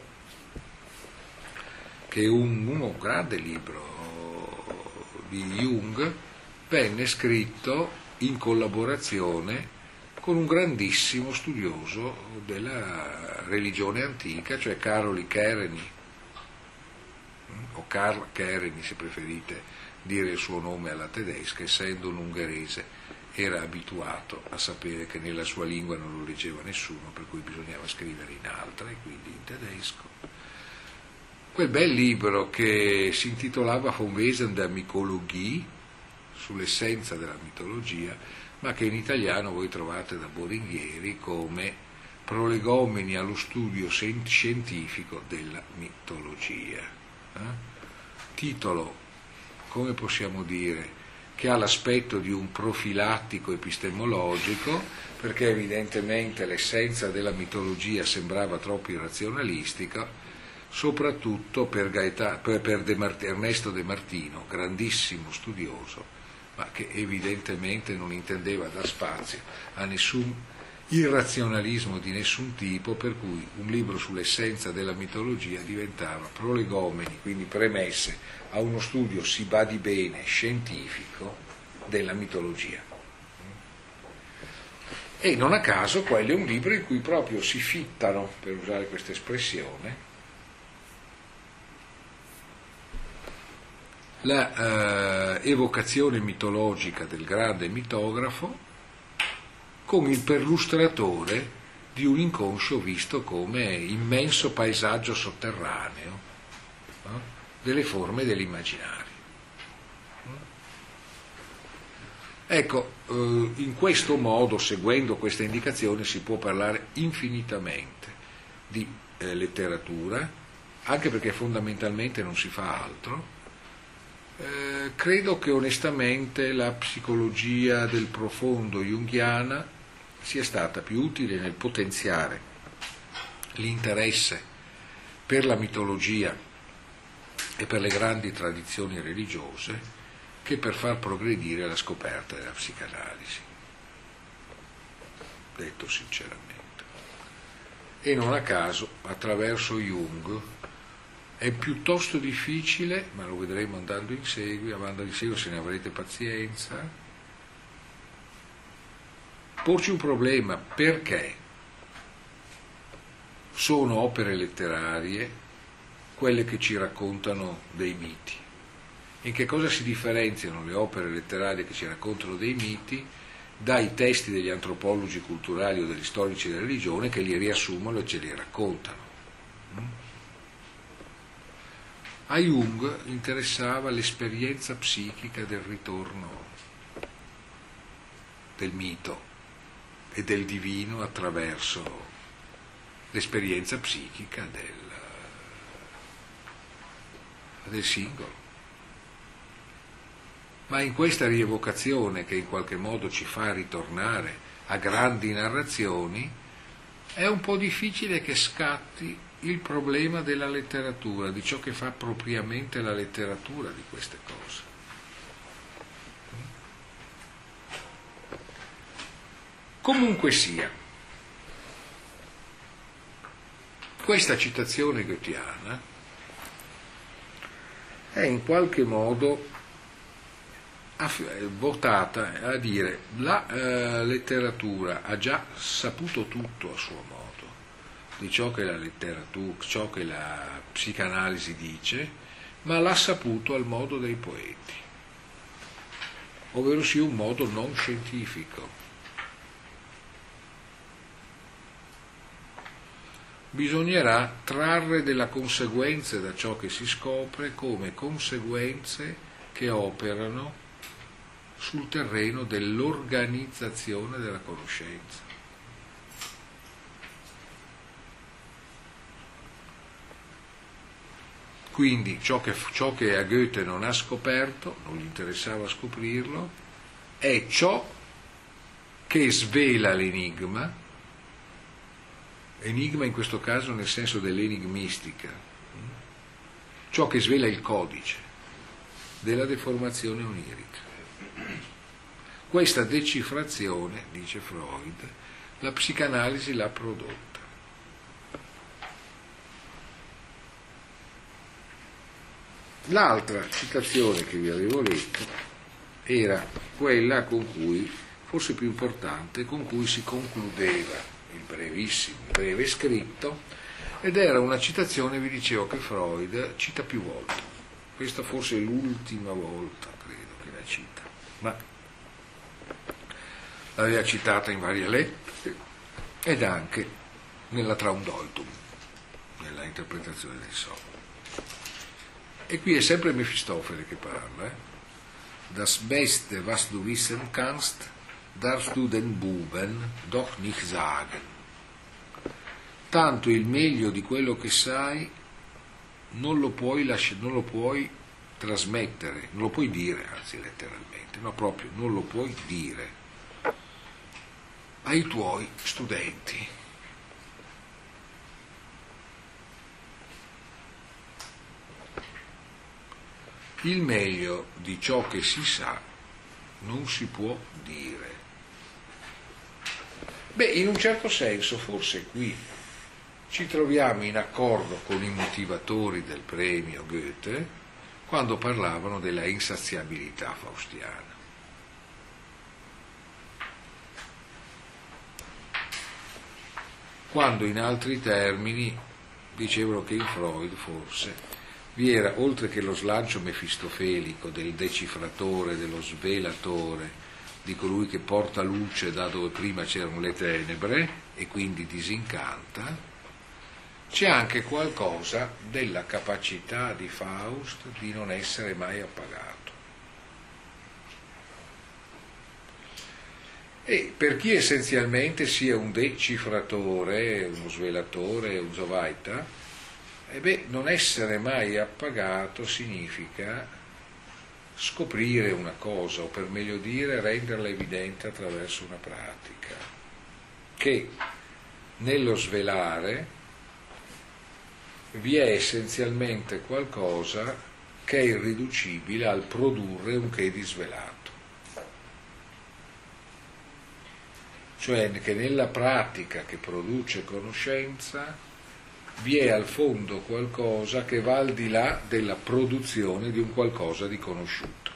che uno grande libro di Jung venne scritto in collaborazione con un grandissimo studioso della religione antica, cioè Karoli Kerényi, o Karl Kerényi se preferite dire il suo nome alla tedesca, essendo un ungherese era abituato a sapere che nella sua lingua non lo leggeva nessuno, per cui bisognava scrivere in altra e quindi in tedesco. Quel bel libro che si intitolava Vom Wesen der Mythologie, sull'essenza della mitologia, ma che in italiano voi trovate da Boringhieri come Prolegomeni allo studio scientifico della mitologia. Titolo, come possiamo dire, che ha l'aspetto di un profilattico epistemologico, perché evidentemente l'essenza della mitologia sembrava troppo irrazionalistica, soprattutto per Ernesto De Martino, grandissimo studioso, ma che evidentemente non intendeva dar spazio a nessun irrazionalismo di nessun tipo, per cui un libro sull'essenza della mitologia diventava prolegomeni, quindi premesse a uno studio, si badi bene, scientifico della mitologia. E non a caso quello è un libro in cui proprio si fittano, per usare questa espressione, la evocazione mitologica del grande mitografo con il perlustratore di un inconscio visto come immenso paesaggio sotterraneo, no? Delle forme dell'immaginario. Ecco, in questo modo, seguendo queste indicazioni, si può parlare infinitamente di letteratura, anche perché fondamentalmente non si fa altro. Credo che onestamente la psicologia del profondo junghiana sia stata più utile nel potenziare l'interesse per la mitologia e per le grandi tradizioni religiose che per far progredire la scoperta della psicanalisi, detto sinceramente. E non a caso, attraverso Jung, è piuttosto difficile, ma lo vedremo andando in seguito se ne avrete pazienza, porci un problema: perché sono opere letterarie quelle che ci raccontano dei miti? In che cosa si differenziano le opere letterarie che ci raccontano dei miti dai testi degli antropologi culturali o degli storici della religione che li riassumono e ce li raccontano? A Jung interessava l'esperienza psichica del ritorno del mito e del divino attraverso l'esperienza psichica del singolo. Ma in questa rievocazione, che in qualche modo ci fa ritornare a grandi narrazioni, è un po' difficile che scatti il problema della letteratura, di ciò che fa propriamente la letteratura di queste cose. Comunque sia, questa citazione goetheana è in qualche modo votata a dire la letteratura ha già saputo tutto a suo modo di ciò che la letteratura, ciò che la psicanalisi dice, ma l'ha saputo al modo dei poeti, ovvero sia un modo non scientifico. Bisognerà trarre delle conseguenze da ciò che si scopre come conseguenze che operano sul terreno dell'organizzazione della conoscenza. Quindi ciò che a Goethe non ha scoperto, non gli interessava scoprirlo, è ciò che svela l'enigma, enigma in questo caso nel senso dell'enigmistica, ciò che svela il codice della deformazione onirica. Questa decifrazione, dice Freud, la psicanalisi l'ha prodotta. L'altra citazione che vi avevo letto era quella con cui, forse più importante, con cui si concludeva il breve scritto, ed era una citazione, vi dicevo, che Freud cita più volte. Questa forse è l'ultima volta, credo, che la cita, ma l'aveva citata in varie lettere ed anche nella Traumdeutung, nella interpretazione del sogno. E qui è sempre Mefistofele che parla. Das Beste, was du wissen kannst, darfst du den Buben doch nicht sagen. Tanto il meglio di quello che sai non lo puoi trasmettere, non lo puoi dire, anzi letteralmente, no, proprio non lo puoi dire ai tuoi studenti. Il meglio di ciò che si sa non si può dire. Beh, in un certo senso forse qui ci troviamo in accordo con i motivatori del premio Goethe quando parlavano della insaziabilità faustiana. quando in altri termini dicevano che in Freud forse vi era, oltre che lo slancio mefistofelico del decifratore, dello svelatore, di colui che porta luce da dove prima c'erano le tenebre e quindi disincanta, c'è anche qualcosa della capacità di Faust di non essere mai appagato. E per chi essenzialmente sia un decifratore, uno svelatore, un zovaita, non essere mai appagato significa scoprire una cosa, o per meglio dire renderla evidente attraverso una pratica, che nello svelare vi è essenzialmente qualcosa che è irriducibile al produrre un che di svelato. Cioè che nella pratica che produce conoscenza vi è al fondo qualcosa che va al di là della produzione di un qualcosa di conosciuto.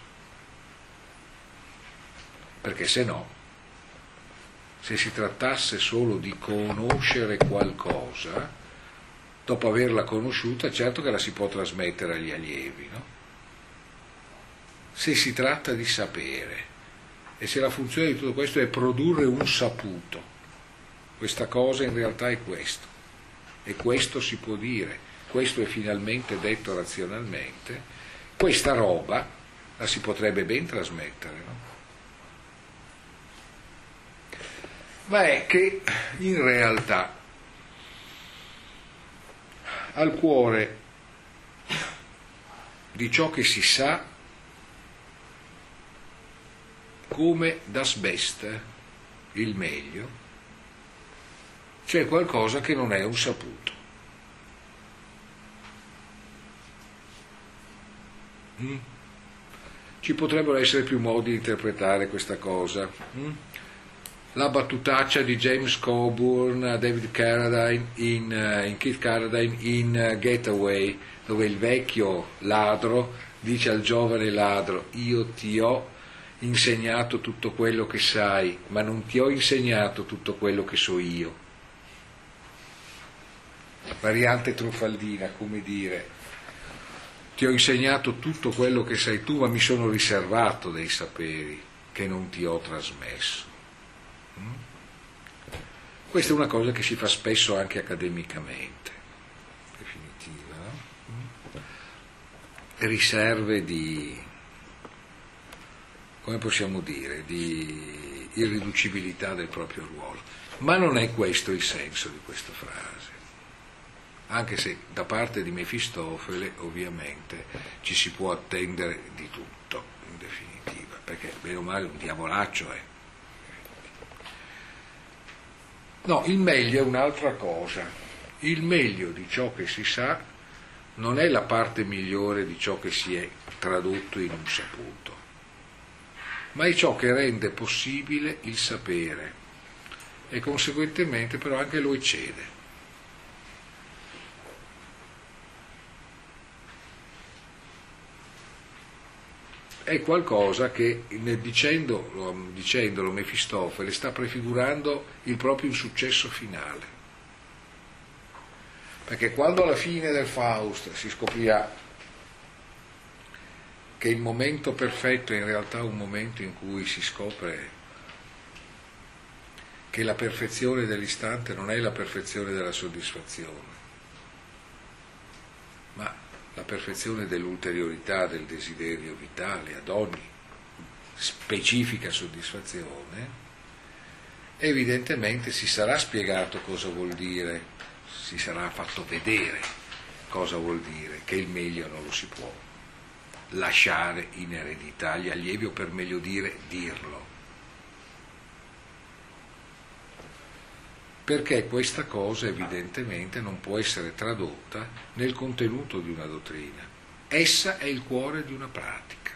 Perché se no, se si trattasse solo di conoscere qualcosa, dopo averla conosciuta, certo che la si può trasmettere agli allievi, no? Se si tratta di sapere, e se la funzione di tutto questo è produrre un saputo, questa cosa in realtà è questo, e questo si può dire, questo è finalmente detto razionalmente, questa roba la si potrebbe ben trasmettere, no? Ma è che in realtà al cuore di ciò che si sa, come das Beste, il meglio, c'è qualcosa che non è un saputo. Ci potrebbero essere più modi di interpretare questa cosa. La battutaccia di James Coburn a David Carradine in Keith Carradine in Getaway, dove il vecchio ladro dice al giovane ladro: io ti ho insegnato tutto quello che sai, ma non ti ho insegnato tutto quello che so io. Variante truffaldina, come dire: ti ho insegnato tutto quello che sai tu, ma mi sono riservato dei saperi che non ti ho trasmesso. Questa è una cosa che si fa spesso anche accademicamente, definitiva, no? Riserve di, come possiamo dire, di irriducibilità del proprio ruolo. Ma non è questo il senso di questa frase, anche se da parte di Mefistofele ovviamente ci si può attendere di tutto, in definitiva, perché bene o male un diavolaccio è. No, il meglio è un'altra cosa. Il meglio di ciò che si sa non è la parte migliore di ciò che si è tradotto in un saputo, ma è ciò che rende possibile il sapere e conseguentemente però anche lo eccede. È qualcosa che, dicendolo Mefistofele, sta prefigurando il proprio insuccesso finale. Perché quando alla fine del Faust si scoprirà che il momento perfetto è in realtà un momento in cui si scopre che la perfezione dell'istante non è la perfezione della soddisfazione, ma la perfezione dell'ulteriorità del desiderio vitale ad ogni specifica soddisfazione, evidentemente si sarà spiegato cosa vuol dire, si sarà fatto vedere cosa vuol dire che il meglio non lo si può lasciare in eredità agli allievi, o per meglio dire dirlo. Perché questa cosa evidentemente non può essere tradotta nel contenuto di una dottrina. Essa è il cuore di una pratica.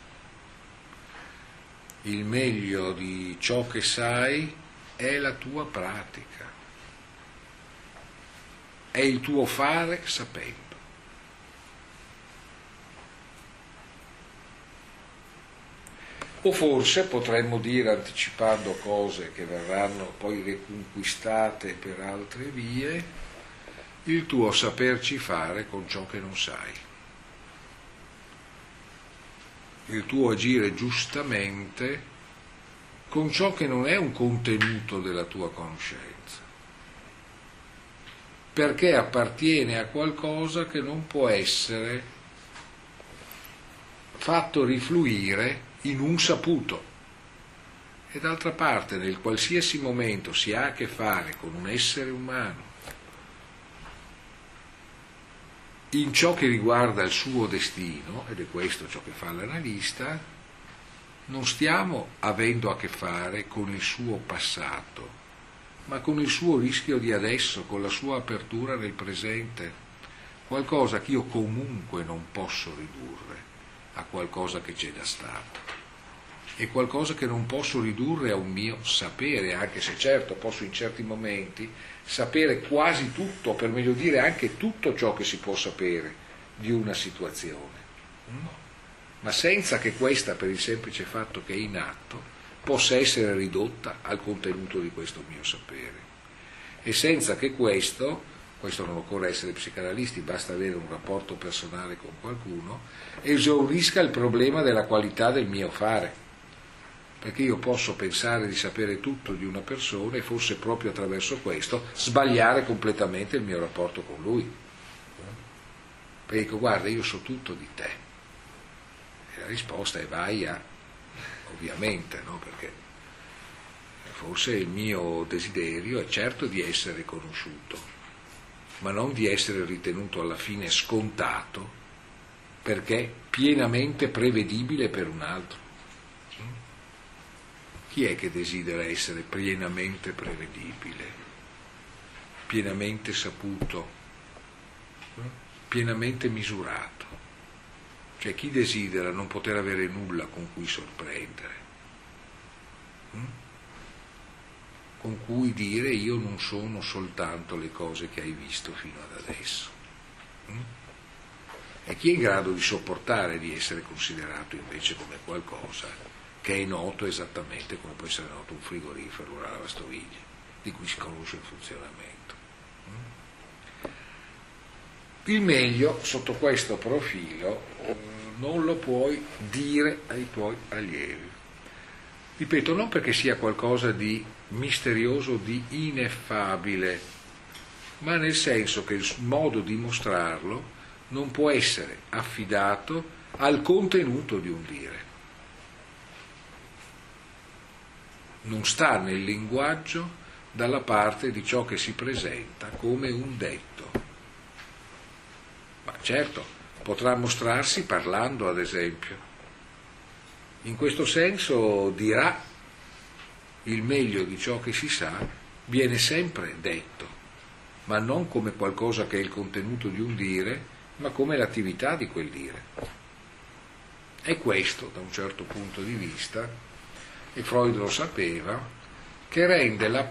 Il meglio di ciò che sai è la tua pratica, è il tuo fare sapendo. O forse potremmo dire, anticipando cose che verranno poi riconquistate per altre vie, il tuo saperci fare con ciò che non sai, il tuo agire giustamente con ciò che non è un contenuto della tua conoscenza, perché appartiene a qualcosa che non può essere fatto rifluire in un saputo. E d'altra parte, nel qualsiasi momento si ha a che fare con un essere umano, in ciò che riguarda il suo destino, ed è questo ciò che fa l'analista, non stiamo avendo a che fare con il suo passato, ma con il suo rischio di adesso, con la sua apertura nel presente, qualcosa che io comunque non posso ridurre a qualcosa che c'è da stato, e qualcosa che non posso ridurre a un mio sapere, anche se certo posso in certi momenti sapere quasi tutto, per meglio dire anche tutto ciò che si può sapere di una situazione, ma senza che questa, per il semplice fatto che è in atto, possa essere ridotta al contenuto di questo mio sapere, e senza che questo non occorre essere psicanalisti, basta avere un rapporto personale con qualcuno, esaurisca il problema della qualità del mio fare. Perché io posso pensare di sapere tutto di una persona e forse proprio attraverso questo sbagliare completamente il mio rapporto con lui. Perché dico, guarda, io so tutto di te. E la risposta è vai a, ovviamente, no? Perché forse il mio desiderio è certo di essere conosciuto, ma non di essere ritenuto alla fine scontato, perché pienamente prevedibile per un altro. Chi è che desidera essere pienamente prevedibile, pienamente saputo, pienamente misurato? Cioè chi desidera non poter avere nulla con cui sorprendere, con cui dire io non sono soltanto le cose che hai visto fino ad adesso? E chi è in grado di sopportare di essere considerato invece come qualcosa che è noto esattamente come può essere noto un frigorifero o una lavastoviglie, di cui si conosce il funzionamento. Il meglio sotto questo profilo non lo puoi dire ai tuoi allievi. Ripeto, non perché sia qualcosa di misterioso, di ineffabile, ma nel senso che il modo di mostrarlo non può essere affidato al contenuto di un dire. Non sta nel linguaggio dalla parte di ciò che si presenta come un detto. Ma certo, potrà mostrarsi parlando, ad esempio. In questo senso dirà il meglio di ciò che si sa, viene sempre detto, ma non come qualcosa che è il contenuto di un dire, ma come l'attività di quel dire. E questo, da un certo punto di vista, e Freud lo sapeva, che rende la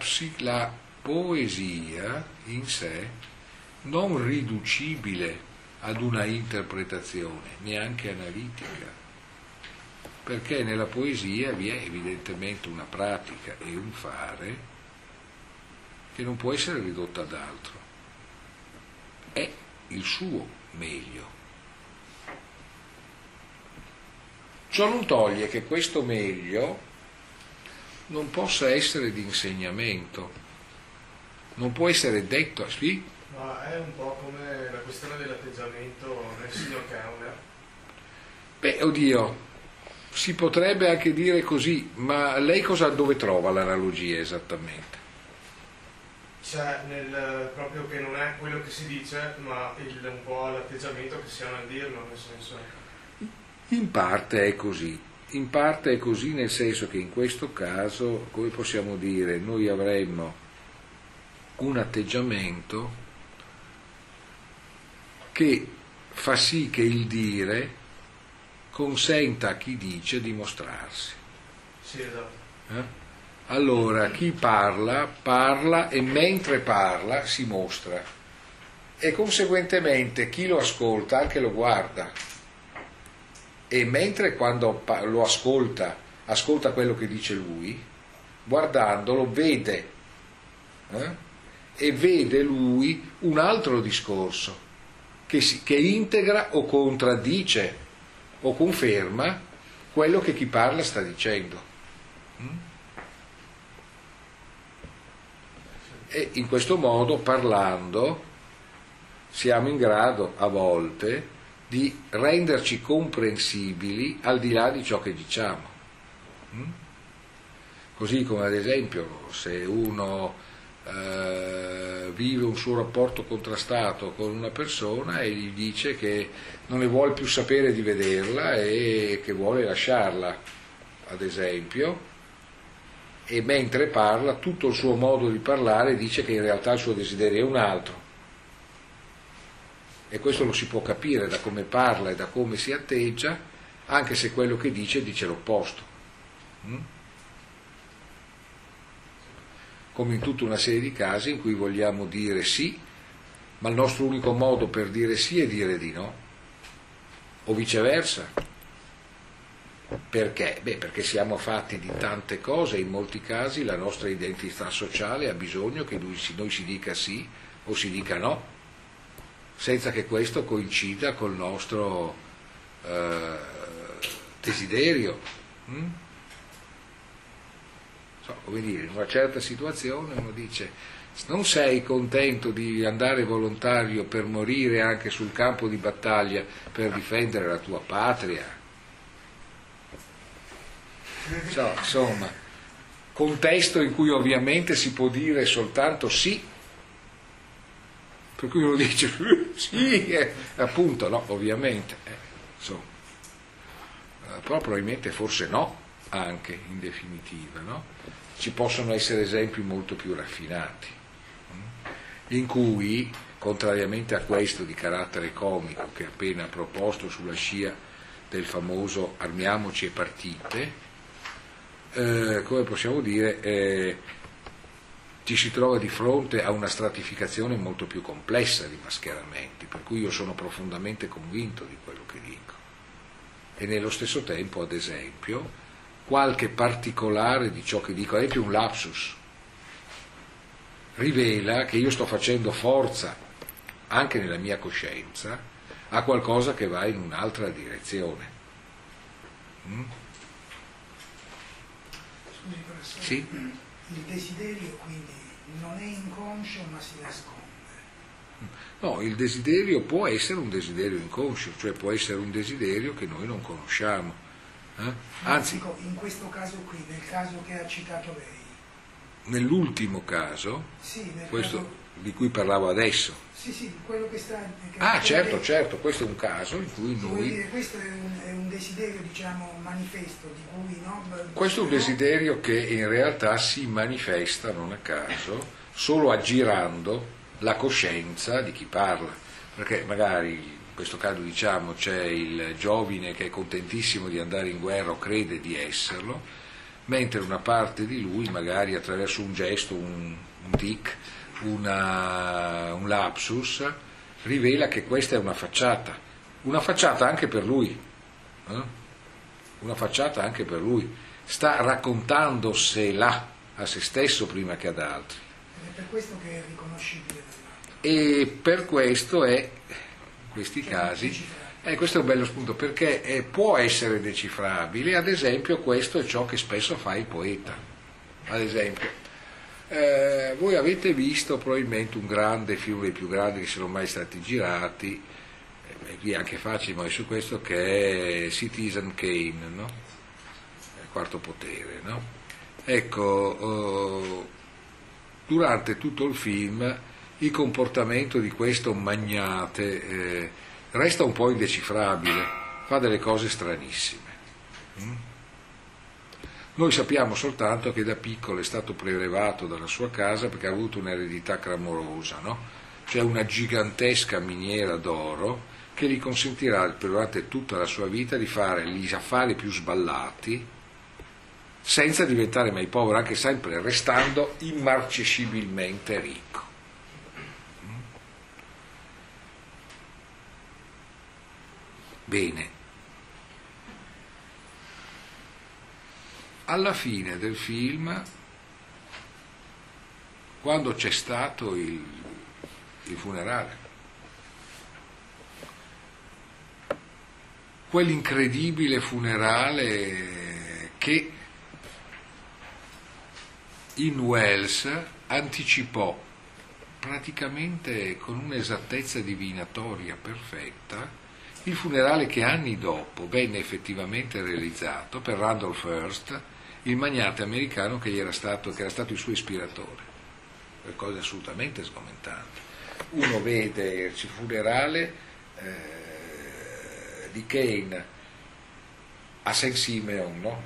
poesia in sé non riducibile ad una interpretazione, neanche analitica, perché nella poesia vi è evidentemente una pratica e un fare che non può essere ridotta ad altro, è il suo meglio. Ciò non toglie che questo meglio non possa essere di insegnamento, non può essere detto, sì? Ma è un po' come la questione dell'atteggiamento nel signor Kauner. Beh, oddio, si potrebbe anche dire così, ma lei dove trova l'analogia esattamente? Cioè, proprio che non è quello che si dice, ma un po' l'atteggiamento che si ha nel dirlo, nel senso. In parte è così. In parte è così nel senso che in questo caso, come possiamo dire, noi avremmo un atteggiamento che fa sì che il dire consenta a chi dice di mostrarsi. Sì, esatto. Allora, chi parla e mentre parla si mostra, e conseguentemente chi lo ascolta anche lo guarda. E mentre quando lo ascolta ascolta quello che dice lui, guardandolo vede, e vede lui un altro discorso che integra o contraddice o conferma quello che chi parla sta dicendo. E in questo modo, parlando, siamo in grado a volte di renderci comprensibili al di là di ciò che diciamo. Così come ad esempio se uno vive un suo rapporto contrastato con una persona e gli dice che non ne vuole più sapere di vederla e che vuole lasciarla, ad esempio, e mentre parla tutto il suo modo di parlare dice che in realtà il suo desiderio è un altro, e questo lo si può capire da come parla e da come si atteggia, anche se quello che dice l'opposto. Come in tutta una serie di casi in cui vogliamo dire sì, ma il nostro unico modo per dire sì è dire di no, o viceversa. Perché? Perché siamo fatti di tante cose e in molti casi la nostra identità sociale ha bisogno che noi si dica sì o si dica no, senza che questo coincida col nostro desiderio. Come dire, in una certa situazione uno dice: non sei contento di andare volontario per morire anche sul campo di battaglia per difendere la tua patria? Insomma, contesto in cui ovviamente si può dire soltanto sì, per cui uno dice sì, appunto no, ovviamente, insomma, però probabilmente forse no, anche in definitiva, no? Ci possono essere esempi molto più raffinati, in cui, contrariamente a questo di carattere comico che appena proposto sulla scia del famoso armiamoci e partite, come possiamo dire, ci si trova di fronte a una stratificazione molto più complessa di mascheramenti, per cui io sono profondamente convinto di quello che dico, e nello stesso tempo, ad esempio, qualche particolare di ciò che dico, ad esempio un lapsus, rivela che io sto facendo forza anche nella mia coscienza a qualcosa che va in un'altra direzione. Scusi professore, Sì? il desiderio quindi non è inconscio ma si nasconde. No, il desiderio può essere un desiderio inconscio, cioè può essere un desiderio che noi non conosciamo. Anzi, in questo caso qui, nel caso che ha citato lei. Nell'ultimo caso, Sì, questo caso... di cui parlavo adesso. Sì, quello che sta... Certo, questo è un caso in cui noi... questo è un desiderio, diciamo, manifesto, di cui no... Questo è un desiderio che in realtà si manifesta, non a caso, solo aggirando la coscienza di chi parla, perché magari... In questo caso diciamo c'è il giovine che è contentissimo di andare in guerra o crede di esserlo, mentre una parte di lui magari attraverso un gesto, un tic, un lapsus, rivela che questa è una facciata anche per lui, una facciata anche per lui, sta raccontandosela a se stesso prima che ad altri. È per questo che è riconoscibile dall'altro. E per questo è... questi casi, questo è un bello spunto, perché può essere decifrabile. Ad esempio questo è ciò che spesso fa il poeta. Ad esempio voi avete visto probabilmente un grande film, dei più grandi che sono mai stati girati, e qui è anche facile ma è su questo, che è Citizen Kane, no? Il quarto potere, no? Ecco, durante tutto il film il comportamento di questo magnate resta un po' indecifrabile, fa delle cose stranissime. Noi sappiamo soltanto che da piccolo è stato prelevato dalla sua casa perché ha avuto un'eredità clamorosa, no? Cioè una gigantesca miniera d'oro che gli consentirà durante tutta la sua vita di fare gli affari più sballati senza diventare mai povero, anche sempre restando immarcescibilmente ricco. Bene, alla fine del film, quando c'è stato il funerale, quell'incredibile funerale che in Wells anticipò praticamente con un'esattezza divinatoria perfetta il funerale che anni dopo venne effettivamente realizzato per Randolph Hearst, il magnate americano che era stato il suo ispiratore. Per cose assolutamente sgomentanti. Uno vede il funerale di Kane a St. Simeon, no?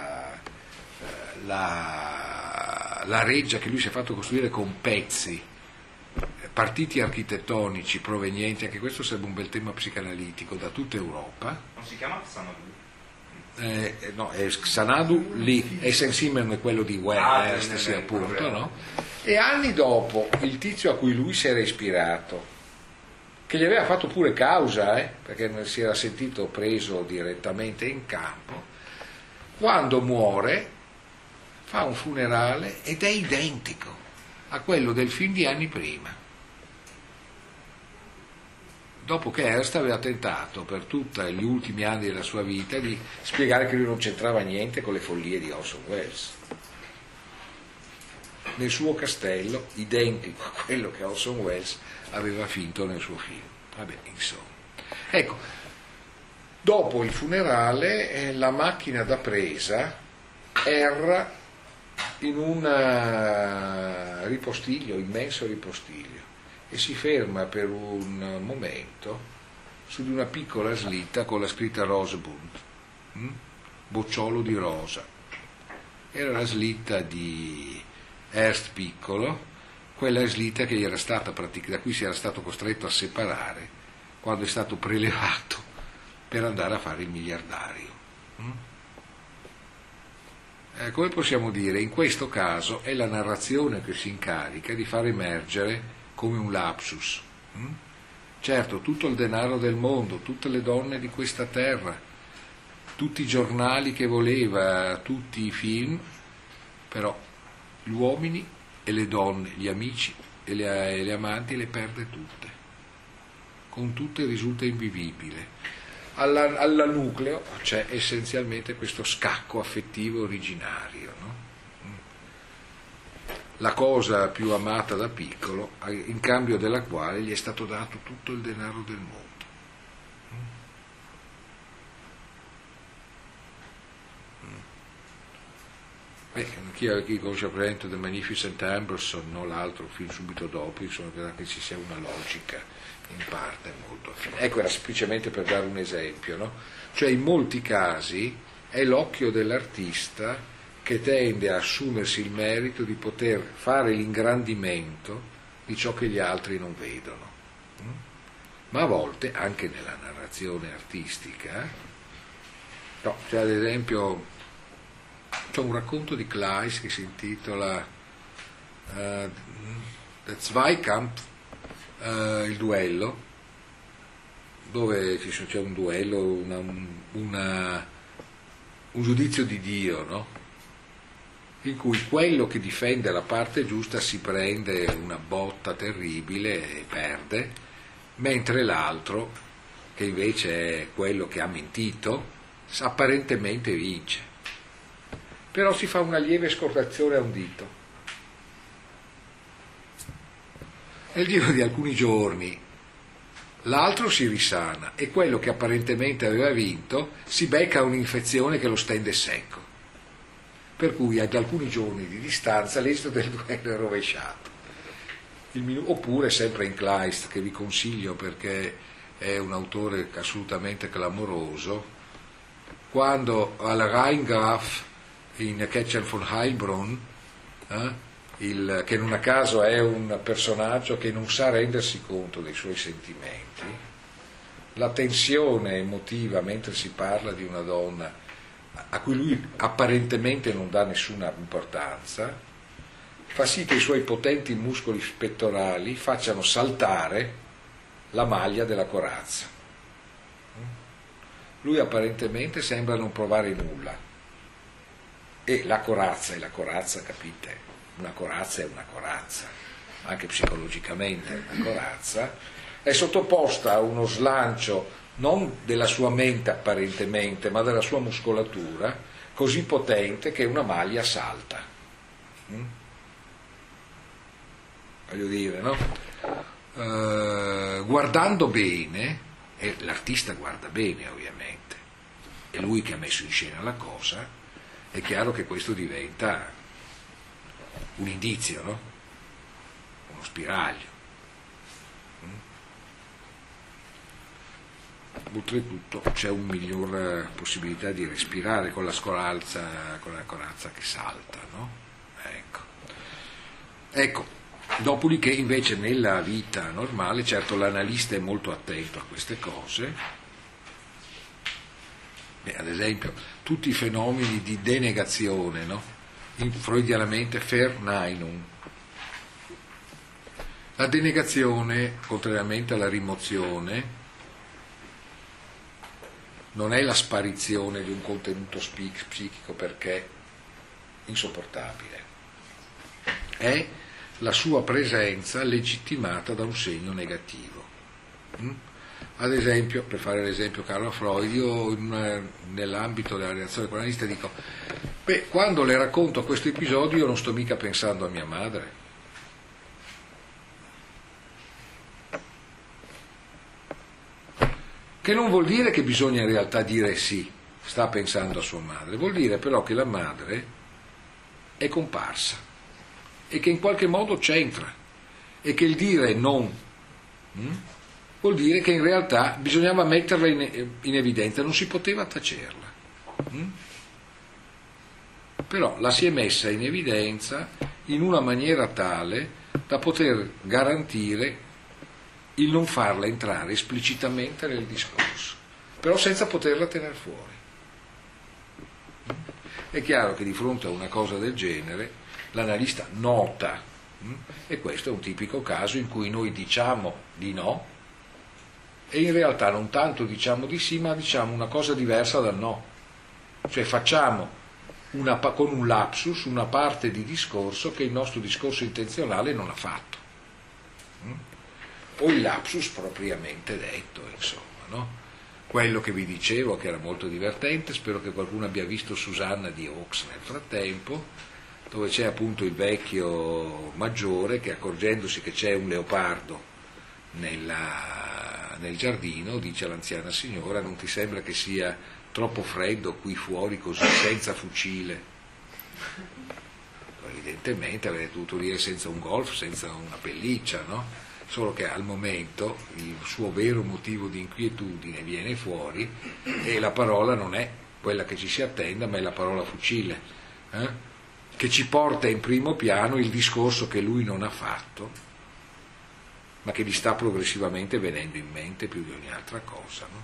La reggia che lui si è fatto costruire con pezzi, partiti architettonici provenienti, anche questo sarebbe un bel tema psicanalitico, da tutta Europa. Non si chiama Xanadu? No, è Xanadu lì, e St. Simeon è quello di West, sì, appunto, no? E anni dopo il tizio a cui lui si era ispirato, che gli aveva fatto pure causa, perché non si era sentito preso direttamente in campo, quando muore fa un funerale ed è identico a quello del film di anni prima, dopo che Hearst aveva tentato per tutti gli ultimi anni della sua vita di spiegare che lui non c'entrava niente con le follie di Orson Welles. Nel suo castello, identico a quello che Orson Welles aveva finto nel suo film. Vabbè, insomma. Ecco, dopo il funerale la macchina da presa erra in un ripostiglio, immenso ripostiglio, e si ferma per un momento su di una piccola slitta con la scritta Rosebud, bocciolo di rosa. Era la slitta di Hearst piccolo, quella slitta che gli era stata da cui si era stato costretto a separare quando è stato prelevato per andare a fare il miliardario. Come possiamo dire, in questo caso è la narrazione che si incarica di far emergere come un lapsus. Certo, tutto il denaro del mondo, tutte le donne di questa terra, tutti i giornali che voleva, tutti i film, però gli uomini e le donne, gli amici e le amanti le perde tutte. Con tutte risulta invivibile. Al nucleo c'è essenzialmente questo scacco affettivo originario, no? La cosa più amata da piccolo, in cambio della quale gli è stato dato tutto il denaro del mondo. Chi conosce per esempio The Magnificent Amberson, no? L'altro film subito dopo, insomma, che ci sia una logica in parte molto affine. Ecco, era semplicemente per dare un esempio, no? Cioè in molti casi è l'occhio dell'artista che tende a assumersi il merito di poter fare l'ingrandimento di ciò che gli altri non vedono. Ma a volte anche nella narrazione artistica, no, cioè ad esempio c'è un racconto di Kleist che si intitola Der Zweikampf, il duello, dove c'è un duello, un giudizio di Dio, no? In cui quello che difende la parte giusta si prende una botta terribile e perde, mentre l'altro, che invece è quello che ha mentito, apparentemente vince. Però si fa una lieve scordazione a un dito. Nel giro di alcuni giorni l'altro si risana e quello che apparentemente aveva vinto si becca un'infezione che lo stende secco. Per cui ad alcuni giorni di distanza l'esito del duello è rovesciato. Oppure sempre in Kleist, che vi consiglio perché è un autore assolutamente clamoroso, quando al Rheingraf in Ketchel von Heilbronn, che non a caso è un personaggio che non sa rendersi conto dei suoi sentimenti, la tensione emotiva mentre si parla di una donna a cui lui apparentemente non dà nessuna importanza, fa sì che i suoi potenti muscoli pettorali facciano saltare la maglia della corazza. Lui apparentemente sembra non provare nulla, E la corazza, capite? Una corazza è una corazza, anche psicologicamente una corazza, è sottoposta a uno slancio non della sua mente apparentemente, ma della sua muscolatura, così potente che una maglia salta. Voglio dire, no? Guardando bene, e l'artista guarda bene ovviamente, è lui che ha messo in scena la cosa, è chiaro che questo diventa un indizio, no? Uno spiraglio. Oltretutto c'è una miglior possibilità di respirare con la corazza che salta, no? Ecco, dopodiché invece nella vita normale, certo l'analista è molto attento a queste cose, ad esempio tutti i fenomeni di denegazione, no? Freudianamente Verneinung. La denegazione, contrariamente alla rimozione, non è la sparizione di un contenuto psichico perché insopportabile, è la sua presenza legittimata da un segno negativo. Ad esempio, per fare l'esempio Carlo Freud, io nell'ambito della reazione quell'analista dico, quando le racconto questo episodio io non sto mica pensando a mia madre. Che non vuol dire che bisogna in realtà dire sì, sta pensando a sua madre, vuol dire però che la madre è comparsa e che in qualche modo c'entra e che il dire non vuol dire che in realtà bisognava metterla in evidenza, non si poteva tacerla. Però la si è messa in evidenza in una maniera tale da poter garantire il non farla entrare esplicitamente nel discorso, però senza poterla tenere fuori. È chiaro che di fronte a una cosa del genere l'analista nota, e questo è un tipico caso in cui noi diciamo di no e in realtà non tanto diciamo di sì, ma diciamo una cosa diversa dal no, cioè facciamo con un lapsus una parte di discorso che il nostro discorso intenzionale non ha fatto. O il lapsus propriamente detto, insomma, no? Quello che vi dicevo, che era molto divertente, spero che qualcuno abbia visto Susanna di Hawks nel frattempo, dove c'è appunto il vecchio maggiore che, accorgendosi che c'è un leopardo nel giardino, dice all'anziana signora: non ti sembra che sia troppo freddo qui fuori così senza fucile? Evidentemente avrei dovuto dire senza un golf, senza una pelliccia, no? Solo che al momento il suo vero motivo di inquietudine viene fuori e la parola non è quella che ci si attenda, ma è la parola fucile, che ci porta in primo piano il discorso che lui non ha fatto, ma che gli sta progressivamente venendo in mente più di ogni altra cosa, no?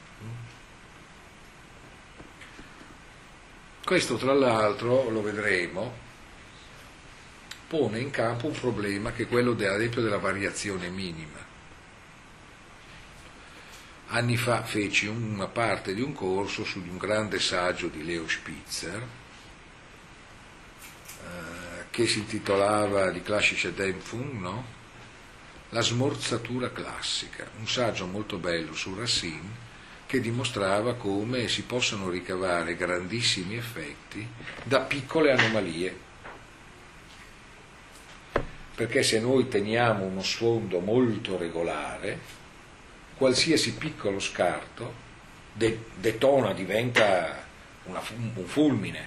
Questo tra l'altro, lo vedremo, pone in campo un problema che è quello ad esempio della variazione minima. Anni fa feci una parte di un corso su di un grande saggio di Leo Spitzer che si intitolava Die klassische Dämpfung, no? La smorzatura classica, un saggio molto bello su Racine che dimostrava come si possono ricavare grandissimi effetti da piccole anomalie. Perché se noi teniamo uno sfondo molto regolare, qualsiasi piccolo scarto detona, diventa un fulmine.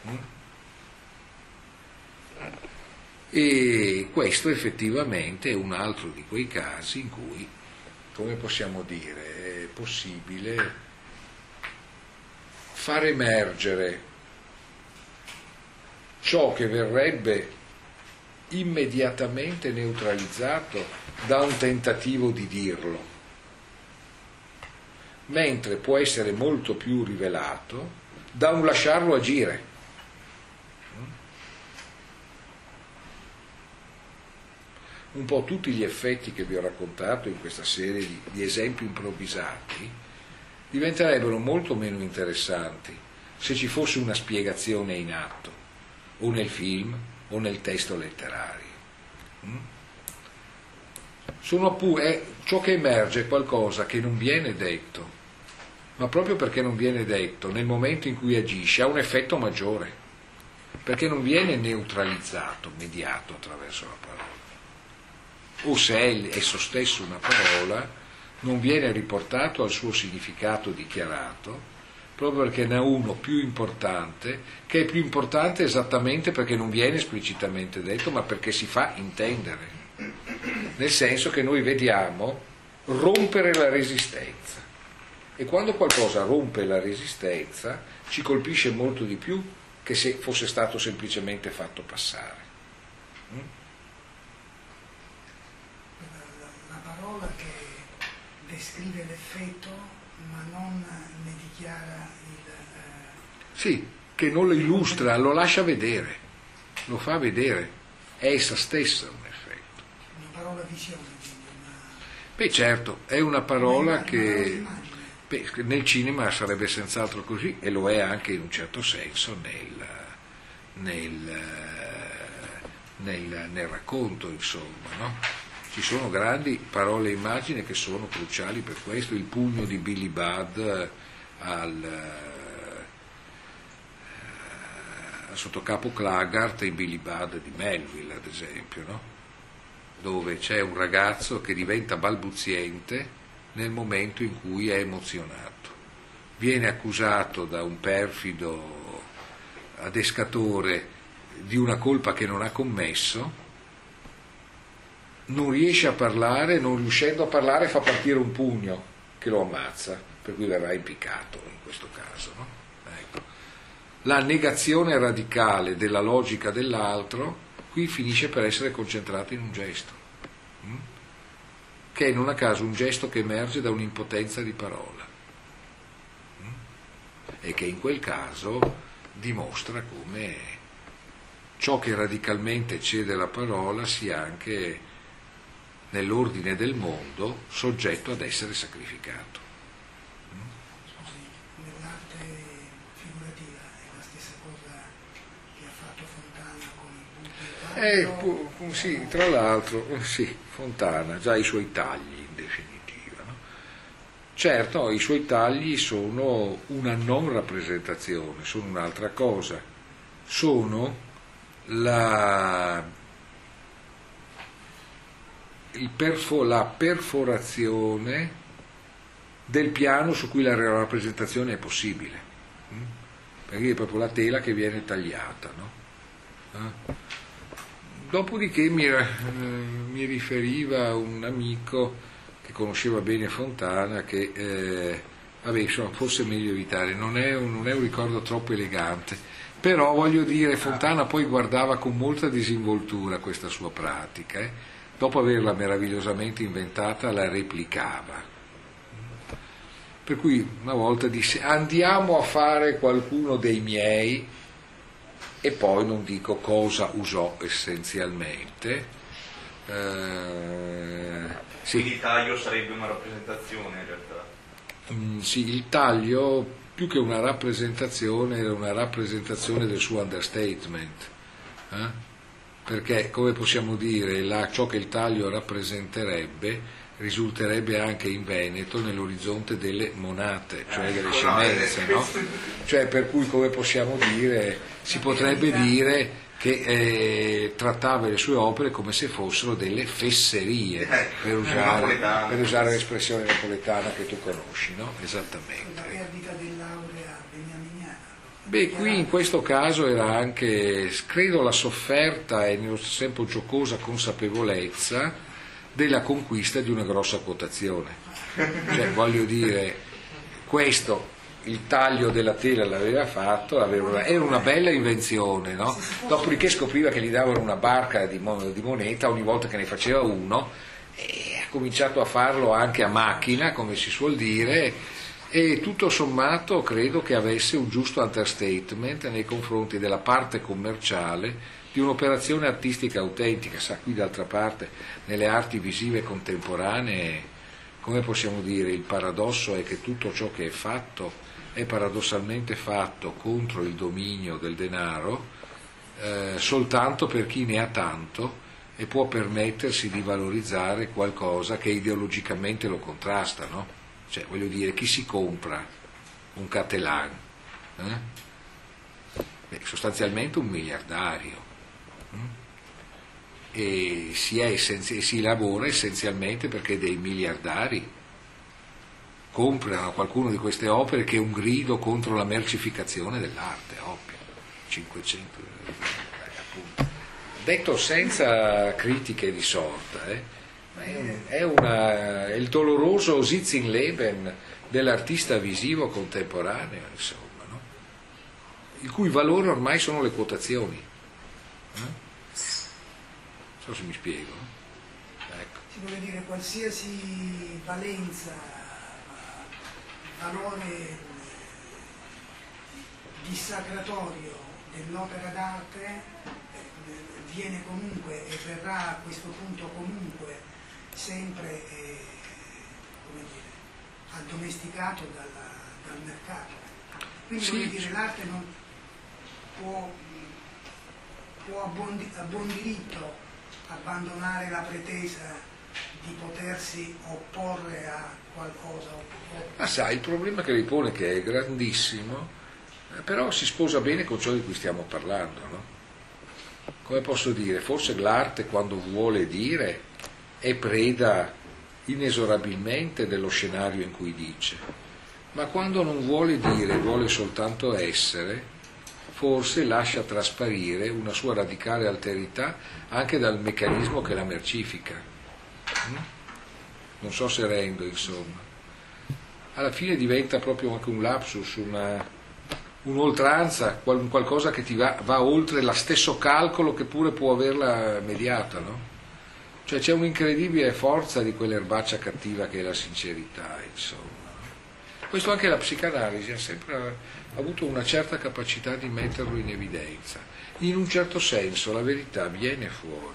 E questo effettivamente è un altro di quei casi in cui, come possiamo dire, è possibile far emergere ciò che verrebbe immediatamente neutralizzato da un tentativo di dirlo, mentre può essere molto più rivelato da un lasciarlo agire. Un po' tutti gli effetti che vi ho raccontato in questa serie di esempi improvvisati diventerebbero molto meno interessanti se ci fosse una spiegazione in atto, o nel film o nel testo letterario. Ciò che emerge è qualcosa che non viene detto, ma proprio perché non viene detto, nel momento in cui agisce ha un effetto maggiore, perché non viene neutralizzato, mediato attraverso la parola. O se è esso stesso una parola, non viene riportato al suo significato dichiarato, proprio perché ne ha uno più importante, che è più importante esattamente perché non viene esplicitamente detto, ma perché si fa intendere. Nel senso che noi vediamo rompere la resistenza. E quando qualcosa rompe la resistenza ci colpisce molto di più che se fosse stato semplicemente fatto passare. La parola che descrive l'effetto ma non ne dichiara il... Sì, che non lo illustra, lo lascia vedere, lo fa vedere, è essa stessa un effetto. Una parola visione, quindi Beh certo, è una parola che nel cinema sarebbe senz'altro così, e lo è anche in un certo senso nel racconto, insomma, no? Ci sono grandi parole e immagini che sono cruciali per questo, il pugno di Billy Budd al sottocapo Claggart in Billy Budd di Melville, ad esempio, no? Dove c'è un ragazzo che diventa balbuziente nel momento in cui è emozionato. Viene accusato da un perfido adescatore di una colpa che non ha commesso, non riesce a parlare, non riuscendo a parlare fa partire un pugno che lo ammazza, per cui verrà impiccato in questo caso, no? Ecco. La negazione radicale della logica dell'altro qui finisce per essere concentrata in un gesto, che è non a caso un gesto che emerge da un'impotenza di parola, e che in quel caso dimostra come ciò che radicalmente cede la parola sia anche nell'ordine del mondo soggetto ad essere sacrificato. Scusi, nell'arte figurativa è la stessa cosa che ha fatto Fontana con il punto. Sì, tra l'altro, sì, Fontana, già i suoi tagli in definitiva, no? Certo, i suoi tagli sono una non rappresentazione, sono un'altra cosa, sono la perforazione del piano su cui la rappresentazione è possibile, perché è proprio la tela che viene tagliata, no? Dopodiché mi riferiva un amico che conosceva bene Fontana che insomma, forse è meglio evitare, non è un ricordo troppo elegante, però voglio dire, Fontana poi guardava con molta disinvoltura questa sua pratica, dopo averla meravigliosamente inventata la replicava, per cui una volta disse andiamo a fare qualcuno dei miei, e poi non dico cosa usò essenzialmente. Sì. Quindi il taglio sarebbe una rappresentazione in realtà? Sì, il taglio più che una rappresentazione era una rappresentazione del suo understatement, perché come possiamo dire ciò che il taglio rappresenterebbe risulterebbe anche in Veneto nell'orizzonte delle monate, cioè delle scemenze, no? Cioè per cui come possiamo dire, si potrebbe dire che trattava le sue opere come se fossero delle fesserie, per usare l'espressione napoletana che tu conosci, no? Esattamente. La perdita dell'aurea beniaminiana. Beh, qui in questo caso era anche, credo, la sofferta e nello stesso tempo giocosa consapevolezza della conquista di una grossa quotazione. Cioè, voglio dire, questo, il taglio della tela l'aveva fatto, era una bella invenzione, no? Dopodiché scopriva che gli davano una barca di moneta ogni volta che ne faceva uno, e ha cominciato a farlo anche a macchina, come si suol dire, e tutto sommato credo che avesse un giusto understatement nei confronti della parte commerciale di un'operazione artistica autentica. Sa, qui d'altra parte nelle arti visive contemporanee, come possiamo dire, il paradosso è che tutto ciò che è fatto è paradossalmente fatto contro il dominio del denaro soltanto per chi ne ha tanto e può permettersi di valorizzare qualcosa che ideologicamente lo contrasta, no? Cioè, voglio dire, chi si compra un Catelan? Sostanzialmente un miliardario. E si lavora essenzialmente perché dei miliardari comprano qualcuno di queste opere, che è un grido contro la mercificazione dell'arte, ovvio. 500 appunto. Detto senza critiche di sorta, è il doloroso Sitzenleben dell'artista visivo contemporaneo, insomma, no? Il cui valore ormai sono le quotazioni. Non so se mi spiego. Ecco. Si vuole dire qualsiasi valenza, valore dissacratorio dell'opera d'arte viene comunque e verrà a questo punto comunque sempre addomesticato dal mercato. Quindi Sì. vuol dire l'arte non può a buon diritto abbandonare la pretesa di potersi opporre a qualcosa. Ma sai, il problema che ripone, che è grandissimo, però si sposa bene con ciò di cui stiamo parlando, no? Come posso dire, forse l'arte, quando vuole dire, è preda inesorabilmente dello scenario in cui dice, ma quando non vuole dire, vuole soltanto essere, forse lascia trasparire una sua radicale alterità anche dal meccanismo che la mercifica. Non so se rendo, insomma. Alla fine diventa proprio anche un lapsus, un'oltranza, qualcosa che ti va oltre lo stesso calcolo che pure può averla mediata, no? Cioè c'è un'incredibile forza di quell'erbaccia cattiva che è la sincerità, insomma. Questo anche la psicanalisi ha sempre avuto una certa capacità di metterlo in evidenza. In un certo senso la verità viene fuori,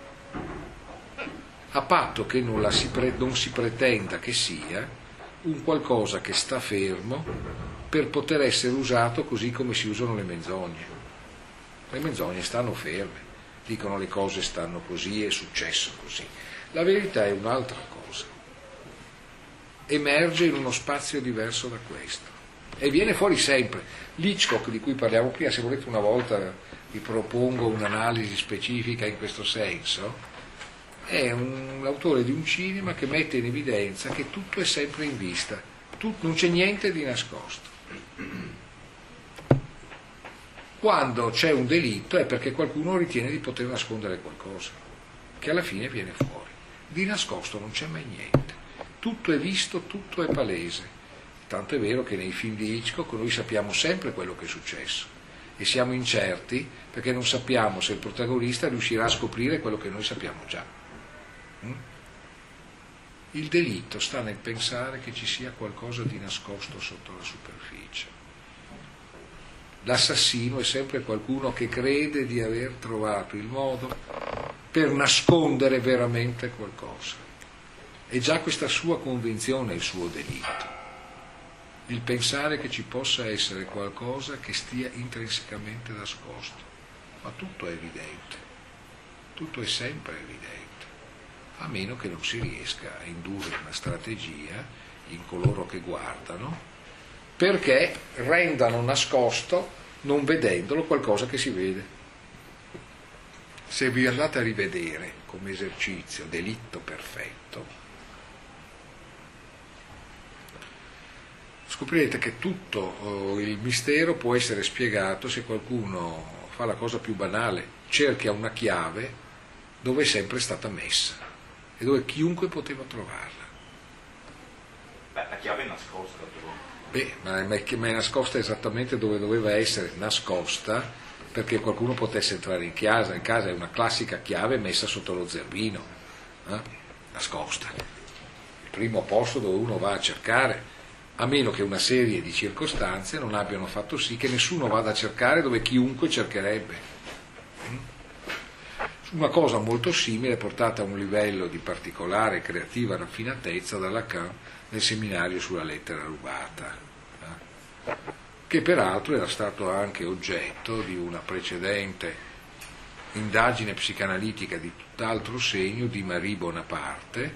a patto che non si pretenda che sia un qualcosa che sta fermo per poter essere usato così come si usano le menzogne. Le menzogne stanno ferme, dicono le cose stanno così, è successo così. La verità è un'altra cosa, emerge in uno spazio diverso da questo e viene fuori sempre. Hitchcock, di cui parliamo prima, se volete una volta vi propongo un'analisi specifica in questo senso, è l'autore di un cinema che mette in evidenza che tutto è sempre in vista, non c'è niente di nascosto. Quando c'è un delitto è perché qualcuno ritiene di poter nascondere qualcosa, che alla fine viene fuori. Di nascosto non c'è mai niente, tutto è visto, tutto è palese. Tanto è vero che nei film di Hitchcock noi sappiamo sempre quello che è successo e siamo incerti perché non sappiamo se il protagonista riuscirà a scoprire quello che noi sappiamo già. Il delitto sta nel pensare che ci sia qualcosa di nascosto sotto la superficie. L'assassino è sempre qualcuno che crede di aver trovato il modo per nascondere veramente qualcosa. E già questa sua convinzione è il suo delitto. Il pensare che ci possa essere qualcosa che stia intrinsecamente nascosto. Ma tutto è evidente, tutto è sempre evidente, a meno che non si riesca a indurre una strategia in coloro che guardano perché rendano nascosto, non vedendolo, qualcosa che si vede. Se vi andate a rivedere come esercizio Delitto perfetto, scoprirete che tutto il mistero può essere spiegato se qualcuno fa la cosa più banale, cerca una chiave dove è sempre stata messa e dove chiunque poteva trovarla. Beh, la chiave è nascosta però. Ma è nascosta esattamente dove doveva essere nascosta perché qualcuno potesse entrare in casa. In casa è una classica chiave messa sotto lo zerbino, nascosta. Il primo posto dove uno va a cercare, a meno che una serie di circostanze non abbiano fatto sì che nessuno vada a cercare dove chiunque cercherebbe. Una cosa molto simile portata a un livello di particolare e creativa raffinatezza da Lacan nel seminario sulla lettera rubata. che peraltro era stato anche oggetto di una precedente indagine psicanalitica di tutt'altro segno di Marie Bonaparte,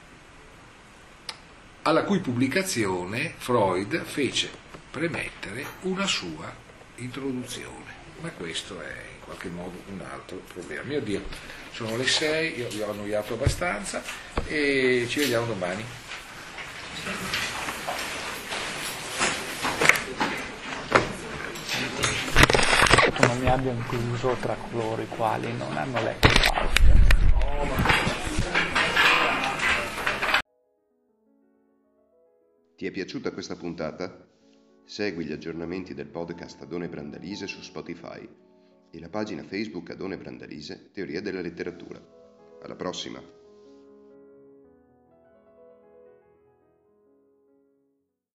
alla cui pubblicazione Freud fece premettere una sua introduzione. Ma questo è in qualche modo un altro problema. Mio Dio, sono le 6, io vi ho annoiato abbastanza e ci vediamo domani. Non mi abbia incluso tra coloro i quali non hanno letto Faust. Ti è piaciuta questa puntata? Segui gli aggiornamenti del podcast Adone Brandalise su Spotify e la pagina Facebook Adone Brandalise Teoria della letteratura. Alla prossima!